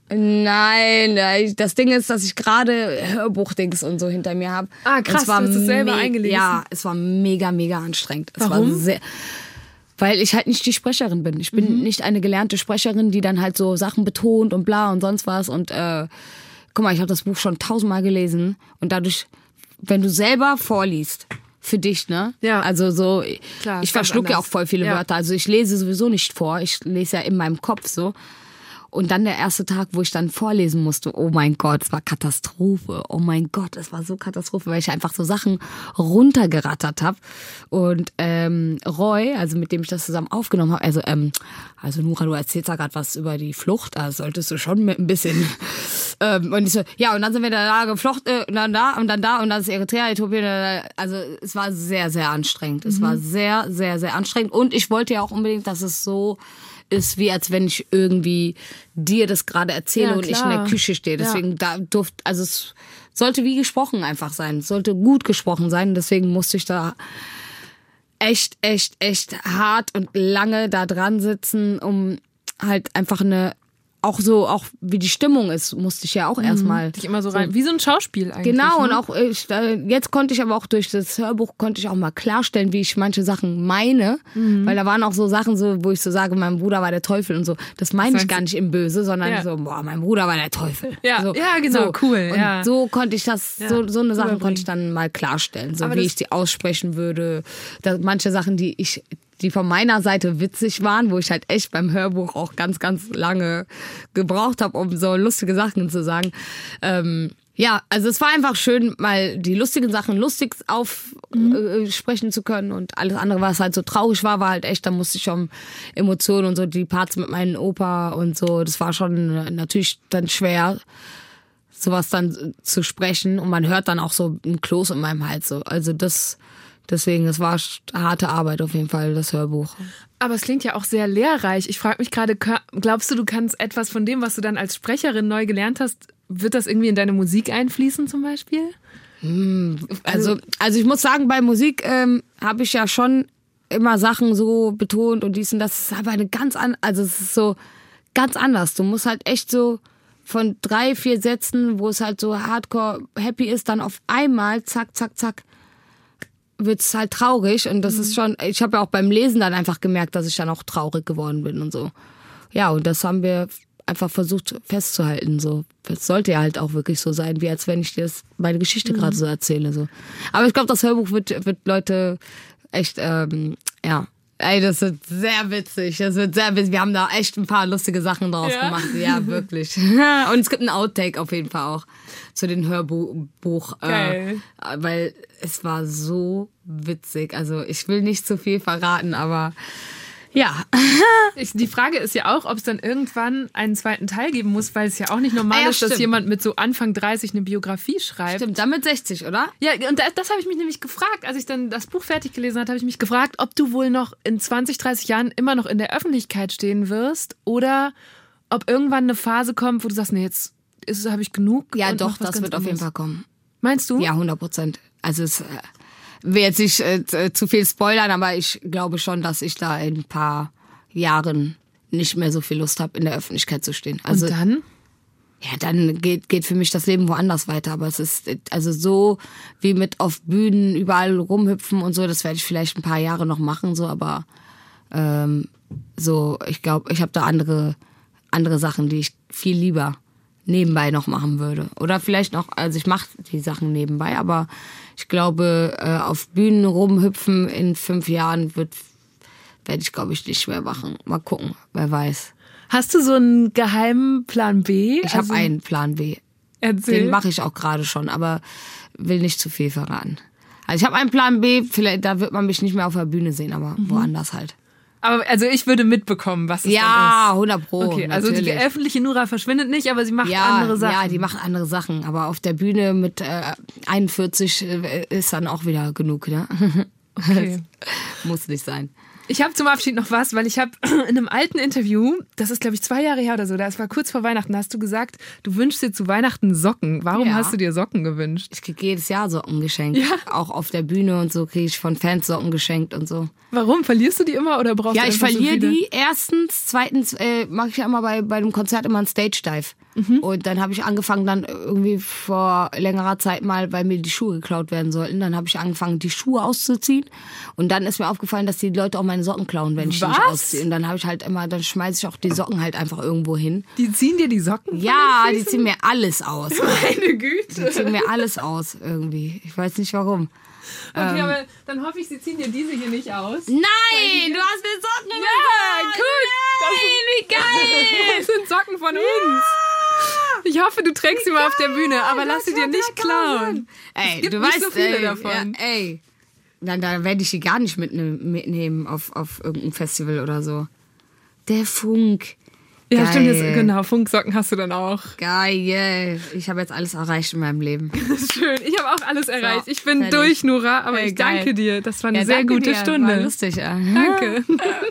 Nein, das Ding ist, dass ich gerade Hörbuchdings und so hinter mir habe. Ah, krass, du hast es selber eingelesen. Ja, es war mega anstrengend. Warum? Weil ich halt nicht die Sprecherin bin. Ich bin nicht eine gelernte Sprecherin, die dann halt so Sachen betont und bla und sonst was. Und guck mal, ich habe das Buch schon 1000-mal gelesen. Und dadurch, wenn du selber vorliest, für dich, ne? Ja. Also so, Klar, ich verschlucke ja auch voll viele Wörter. Also ich lese sowieso nicht vor. Ich lese ja in meinem Kopf so. Und dann der erste Tag, wo ich dann vorlesen musste, oh mein Gott, es war Katastrophe. Oh mein Gott, es war so Katastrophe, weil ich einfach so Sachen runtergerattert habe. Und Roy, also mit dem ich das zusammen aufgenommen habe, also Nora, du erzählst da gerade was über die Flucht, also solltest du schon mit ein bisschen... und ich so, ja, und dann sind wir da geflochten, und dann da, und dann da, und dann ist Eritrea, Äthiopien, also es war sehr anstrengend. Es war sehr anstrengend. Und ich wollte ja auch unbedingt, dass es so ist, wie als wenn ich irgendwie dir das gerade erzähle und ich in der Küche stehe. Deswegen also es sollte wie gesprochen einfach sein. Es sollte gut gesprochen sein. Deswegen musste ich da echt hart und lange da dran sitzen, um halt einfach auch wie die Stimmung ist, musste ich ja auch erstmal. Dich immer so rein, wie so ein Schauspiel eigentlich. Genau, ne? und auch jetzt konnte ich aber auch durch das Hörbuch auch mal klarstellen, wie ich manche Sachen meine, weil da waren auch so Sachen so, wo ich so sage, mein Bruder war der Teufel und so. Das meine ich gar nicht im Böse, sondern so, boah, mein Bruder war der Teufel. Ja, so, ja, genau, so. cool. Und ja. so konnte ich das, so eine Sache konnte ich dann mal klarstellen, so aber wie ich sie aussprechen würde. Manche Sachen, die von meiner Seite witzig waren, wo ich halt echt beim Hörbuch auch ganz lange gebraucht habe, um so lustige Sachen zu sagen. Ja, also es war einfach schön, mal die lustigen Sachen lustig aufsprechen zu können und alles andere, was halt so traurig war halt echt, da musste ich schon Emotionen und so, die Parts mit meinem Opa und so, das war schon natürlich dann schwer, sowas dann zu sprechen und man hört dann auch so ein Kloß in meinem Hals so, also deswegen, es war harte Arbeit auf jeden Fall, das Hörbuch. Aber es klingt ja auch sehr lehrreich. Ich frage mich gerade, glaubst du kannst etwas von dem, was du dann als Sprecherin neu gelernt hast, wird das irgendwie in deine Musik einfließen zum Beispiel? Also ich muss sagen, bei Musik habe ich ja schon immer Sachen so betont und dies und das. Es ist aber es ist so ganz anders. Du musst halt echt so von 3-4 Sätzen, wo es halt so hardcore happy ist, dann auf einmal zack, wird's halt traurig und das ist schon, ich habe ja auch beim Lesen dann einfach gemerkt, dass ich dann auch traurig geworden bin und so. Ja, und das haben wir einfach versucht festzuhalten, so. Das sollte ja halt auch wirklich so sein, wie als wenn ich dir meine Geschichte gerade so erzähle, so. Aber ich glaube, das Hörbuch wird Leute echt, ja. Ey, das wird sehr witzig. Wir haben da echt ein paar lustige Sachen draus gemacht. Ja, wirklich. Und es gibt einen Outtake auf jeden Fall auch zu dem Hörbuch. Geil. Weil es war so witzig. Also ich will nicht zu viel verraten, aber ja. Die Frage ist ja auch, ob es dann irgendwann einen zweiten Teil geben muss, weil es ja auch nicht normal ist, dass jemand mit so Anfang 30 eine Biografie schreibt. Stimmt, dann mit 60, oder? Ja, und das habe ich mich nämlich gefragt, als ich dann das Buch fertig gelesen habe, habe ich mich gefragt, ob du wohl noch in 20, 30 Jahren immer noch in der Öffentlichkeit stehen wirst oder ob irgendwann eine Phase kommt, wo du sagst, nee, jetzt habe ich genug. Ja, doch, das wird auf jeden Fall kommen. Meinst du? Ja, 100%. Also es will jetzt nicht zu viel spoilern, aber ich glaube schon, dass ich da in ein paar Jahren nicht mehr so viel Lust habe, in der Öffentlichkeit zu stehen. Also, und dann? Ja, dann geht für mich das Leben woanders weiter. Aber es ist also so wie mit auf Bühnen überall rumhüpfen und so, das werde ich vielleicht ein paar Jahre noch machen, so, aber so, ich glaube, ich habe da andere Sachen, die ich viel lieber nebenbei noch machen würde. Oder vielleicht noch, also ich mache die Sachen nebenbei, aber ich glaube, auf Bühnen rumhüpfen in 5 Jahren werde ich, glaube ich, nicht mehr machen. Mal gucken, wer weiß. Hast du so einen geheimen Plan B? Ich habe einen Plan B. Erzähl. Den mache ich auch gerade schon, aber will nicht zu viel verraten. Also ich habe einen Plan B, vielleicht da wird man mich nicht mehr auf der Bühne sehen, aber woanders halt. Aber also ich würde mitbekommen, was es dann ist. Ja, 100 Pro. Okay, also natürlich. die öffentliche Nura verschwindet nicht, aber sie macht andere Sachen. Ja, die macht andere Sachen. Aber auf der Bühne mit 41 ist dann auch wieder genug, ne? Okay. Muss nicht sein. Ich habe zum Abschied noch was, weil ich habe in einem alten Interview, das ist glaube ich 2 Jahre her oder so, das war kurz vor Weihnachten, da hast du gesagt, du wünschst dir zu Weihnachten Socken. Warum hast du dir Socken gewünscht? Ich kriege jedes Jahr Socken geschenkt. Ja. Auch auf der Bühne und so kriege ich von Fans Socken geschenkt und so. Warum? Verlierst du die immer oder brauchst du Ja, ich einfach verliere so viele? die. Erstens, zweitens mache ich ja immer bei dem Konzert immer einen Stage-Dive. Und dann habe ich angefangen dann irgendwie vor längerer Zeit mal, weil mir die Schuhe geklaut werden sollten, dann habe ich angefangen, die Schuhe auszuziehen. Und dann ist mir aufgefallen, dass die Leute auch meine Socken klauen, wenn ich die nicht ausziehe. Und dann habe ich halt immer, dann schmeiße ich auch die Socken halt einfach irgendwo hin. Die ziehen dir die Socken? Ja, die ziehen mir alles aus. Meine Güte. Die ziehen mir alles aus irgendwie. Ich weiß nicht warum. Okay, aber dann hoffe ich, sie ziehen dir diese hier nicht aus. Nein, du hast mir Socken Ja, gesagt. gut. Nein, wie geil. Das sind Socken von uns. Ich hoffe, du trägst sie mal auf der Bühne, aber lass sie dir nicht klauen. Ey, Es gibt du nicht weißt so viele ey, davon. Ja, ey. Dann da werde ich die gar nicht mitnehmen auf irgendein Festival oder so. Der Funk. Ja, Geil. stimmt, jetzt, genau. Funksocken hast du dann auch. Geil. Ich habe jetzt alles erreicht in meinem Leben. Das ist schön. Ich habe auch alles erreicht. Ich bin fertig. durch, Nora, aber Ey, ich geil. danke dir. Das war eine Ja, sehr danke gute dir. Stunde. War lustig, ja. Danke.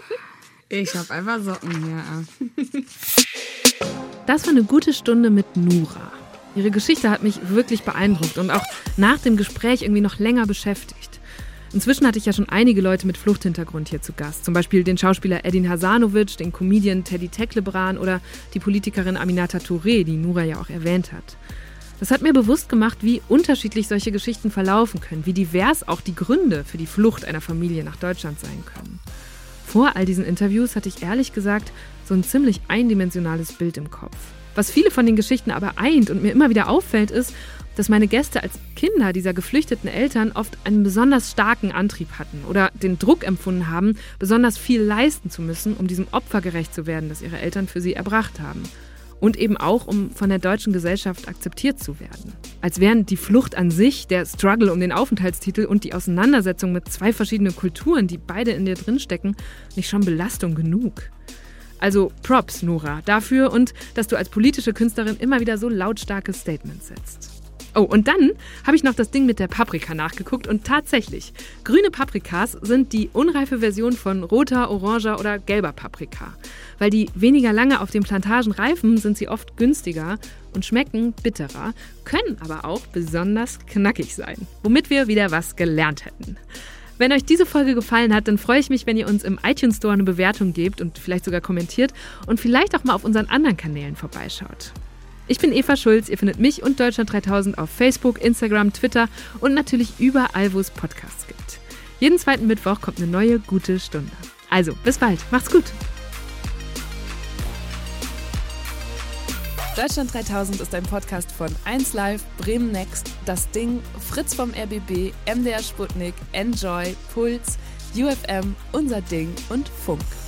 Ich habe einfach Socken, ja. Das war eine gute Stunde mit Nora. Ihre Geschichte hat mich wirklich beeindruckt und auch nach dem Gespräch irgendwie noch länger beschäftigt. Inzwischen hatte ich ja schon einige Leute mit Fluchthintergrund hier zu Gast. Zum Beispiel den Schauspieler Edin Hasanovic, den Comedian Teddy Teklebran oder die Politikerin Aminata Touré, die Nora ja auch erwähnt hat. Das hat mir bewusst gemacht, wie unterschiedlich solche Geschichten verlaufen können, wie divers auch die Gründe für die Flucht einer Familie nach Deutschland sein können. Vor all diesen Interviews hatte ich ehrlich gesagt so ein ziemlich eindimensionales Bild im Kopf. Was viele von den Geschichten aber eint und mir immer wieder auffällt, ist, dass meine Gäste als Kinder dieser geflüchteten Eltern oft einen besonders starken Antrieb hatten oder den Druck empfunden haben, besonders viel leisten zu müssen, um diesem Opfer gerecht zu werden, das ihre Eltern für sie erbracht haben. Und eben auch, um von der deutschen Gesellschaft akzeptiert zu werden. Als wären die Flucht an sich, der Struggle um den Aufenthaltstitel und die Auseinandersetzung mit 2 verschiedenen Kulturen, die beide in dir drinstecken, nicht schon Belastung genug. Also Props, Nora, dafür und dass du als politische Künstlerin immer wieder so lautstarke Statements setzt. Oh, und dann habe ich noch das Ding mit der Paprika nachgeguckt und tatsächlich, grüne Paprikas sind die unreife Version von roter, oranger oder gelber Paprika. Weil die weniger lange auf den Plantagen reifen, sind sie oft günstiger und schmecken bitterer, können aber auch besonders knackig sein. Womit wir wieder was gelernt hätten. Wenn euch diese Folge gefallen hat, dann freue ich mich, wenn ihr uns im iTunes Store eine Bewertung gebt und vielleicht sogar kommentiert und vielleicht auch mal auf unseren anderen Kanälen vorbeischaut. Ich bin Eva Schulz, ihr findet mich und Deutschland 3000 auf Facebook, Instagram, Twitter und natürlich überall, wo es Podcasts gibt. Jeden 2. Mittwoch kommt eine neue gute Stunde. Also, bis bald, macht's gut! Deutschland 3000 ist ein Podcast von 1Live, Bremen Next, Das Ding, Fritz vom RBB, MDR Sputnik, Enjoy, Puls, UFM, Unser Ding und Funk.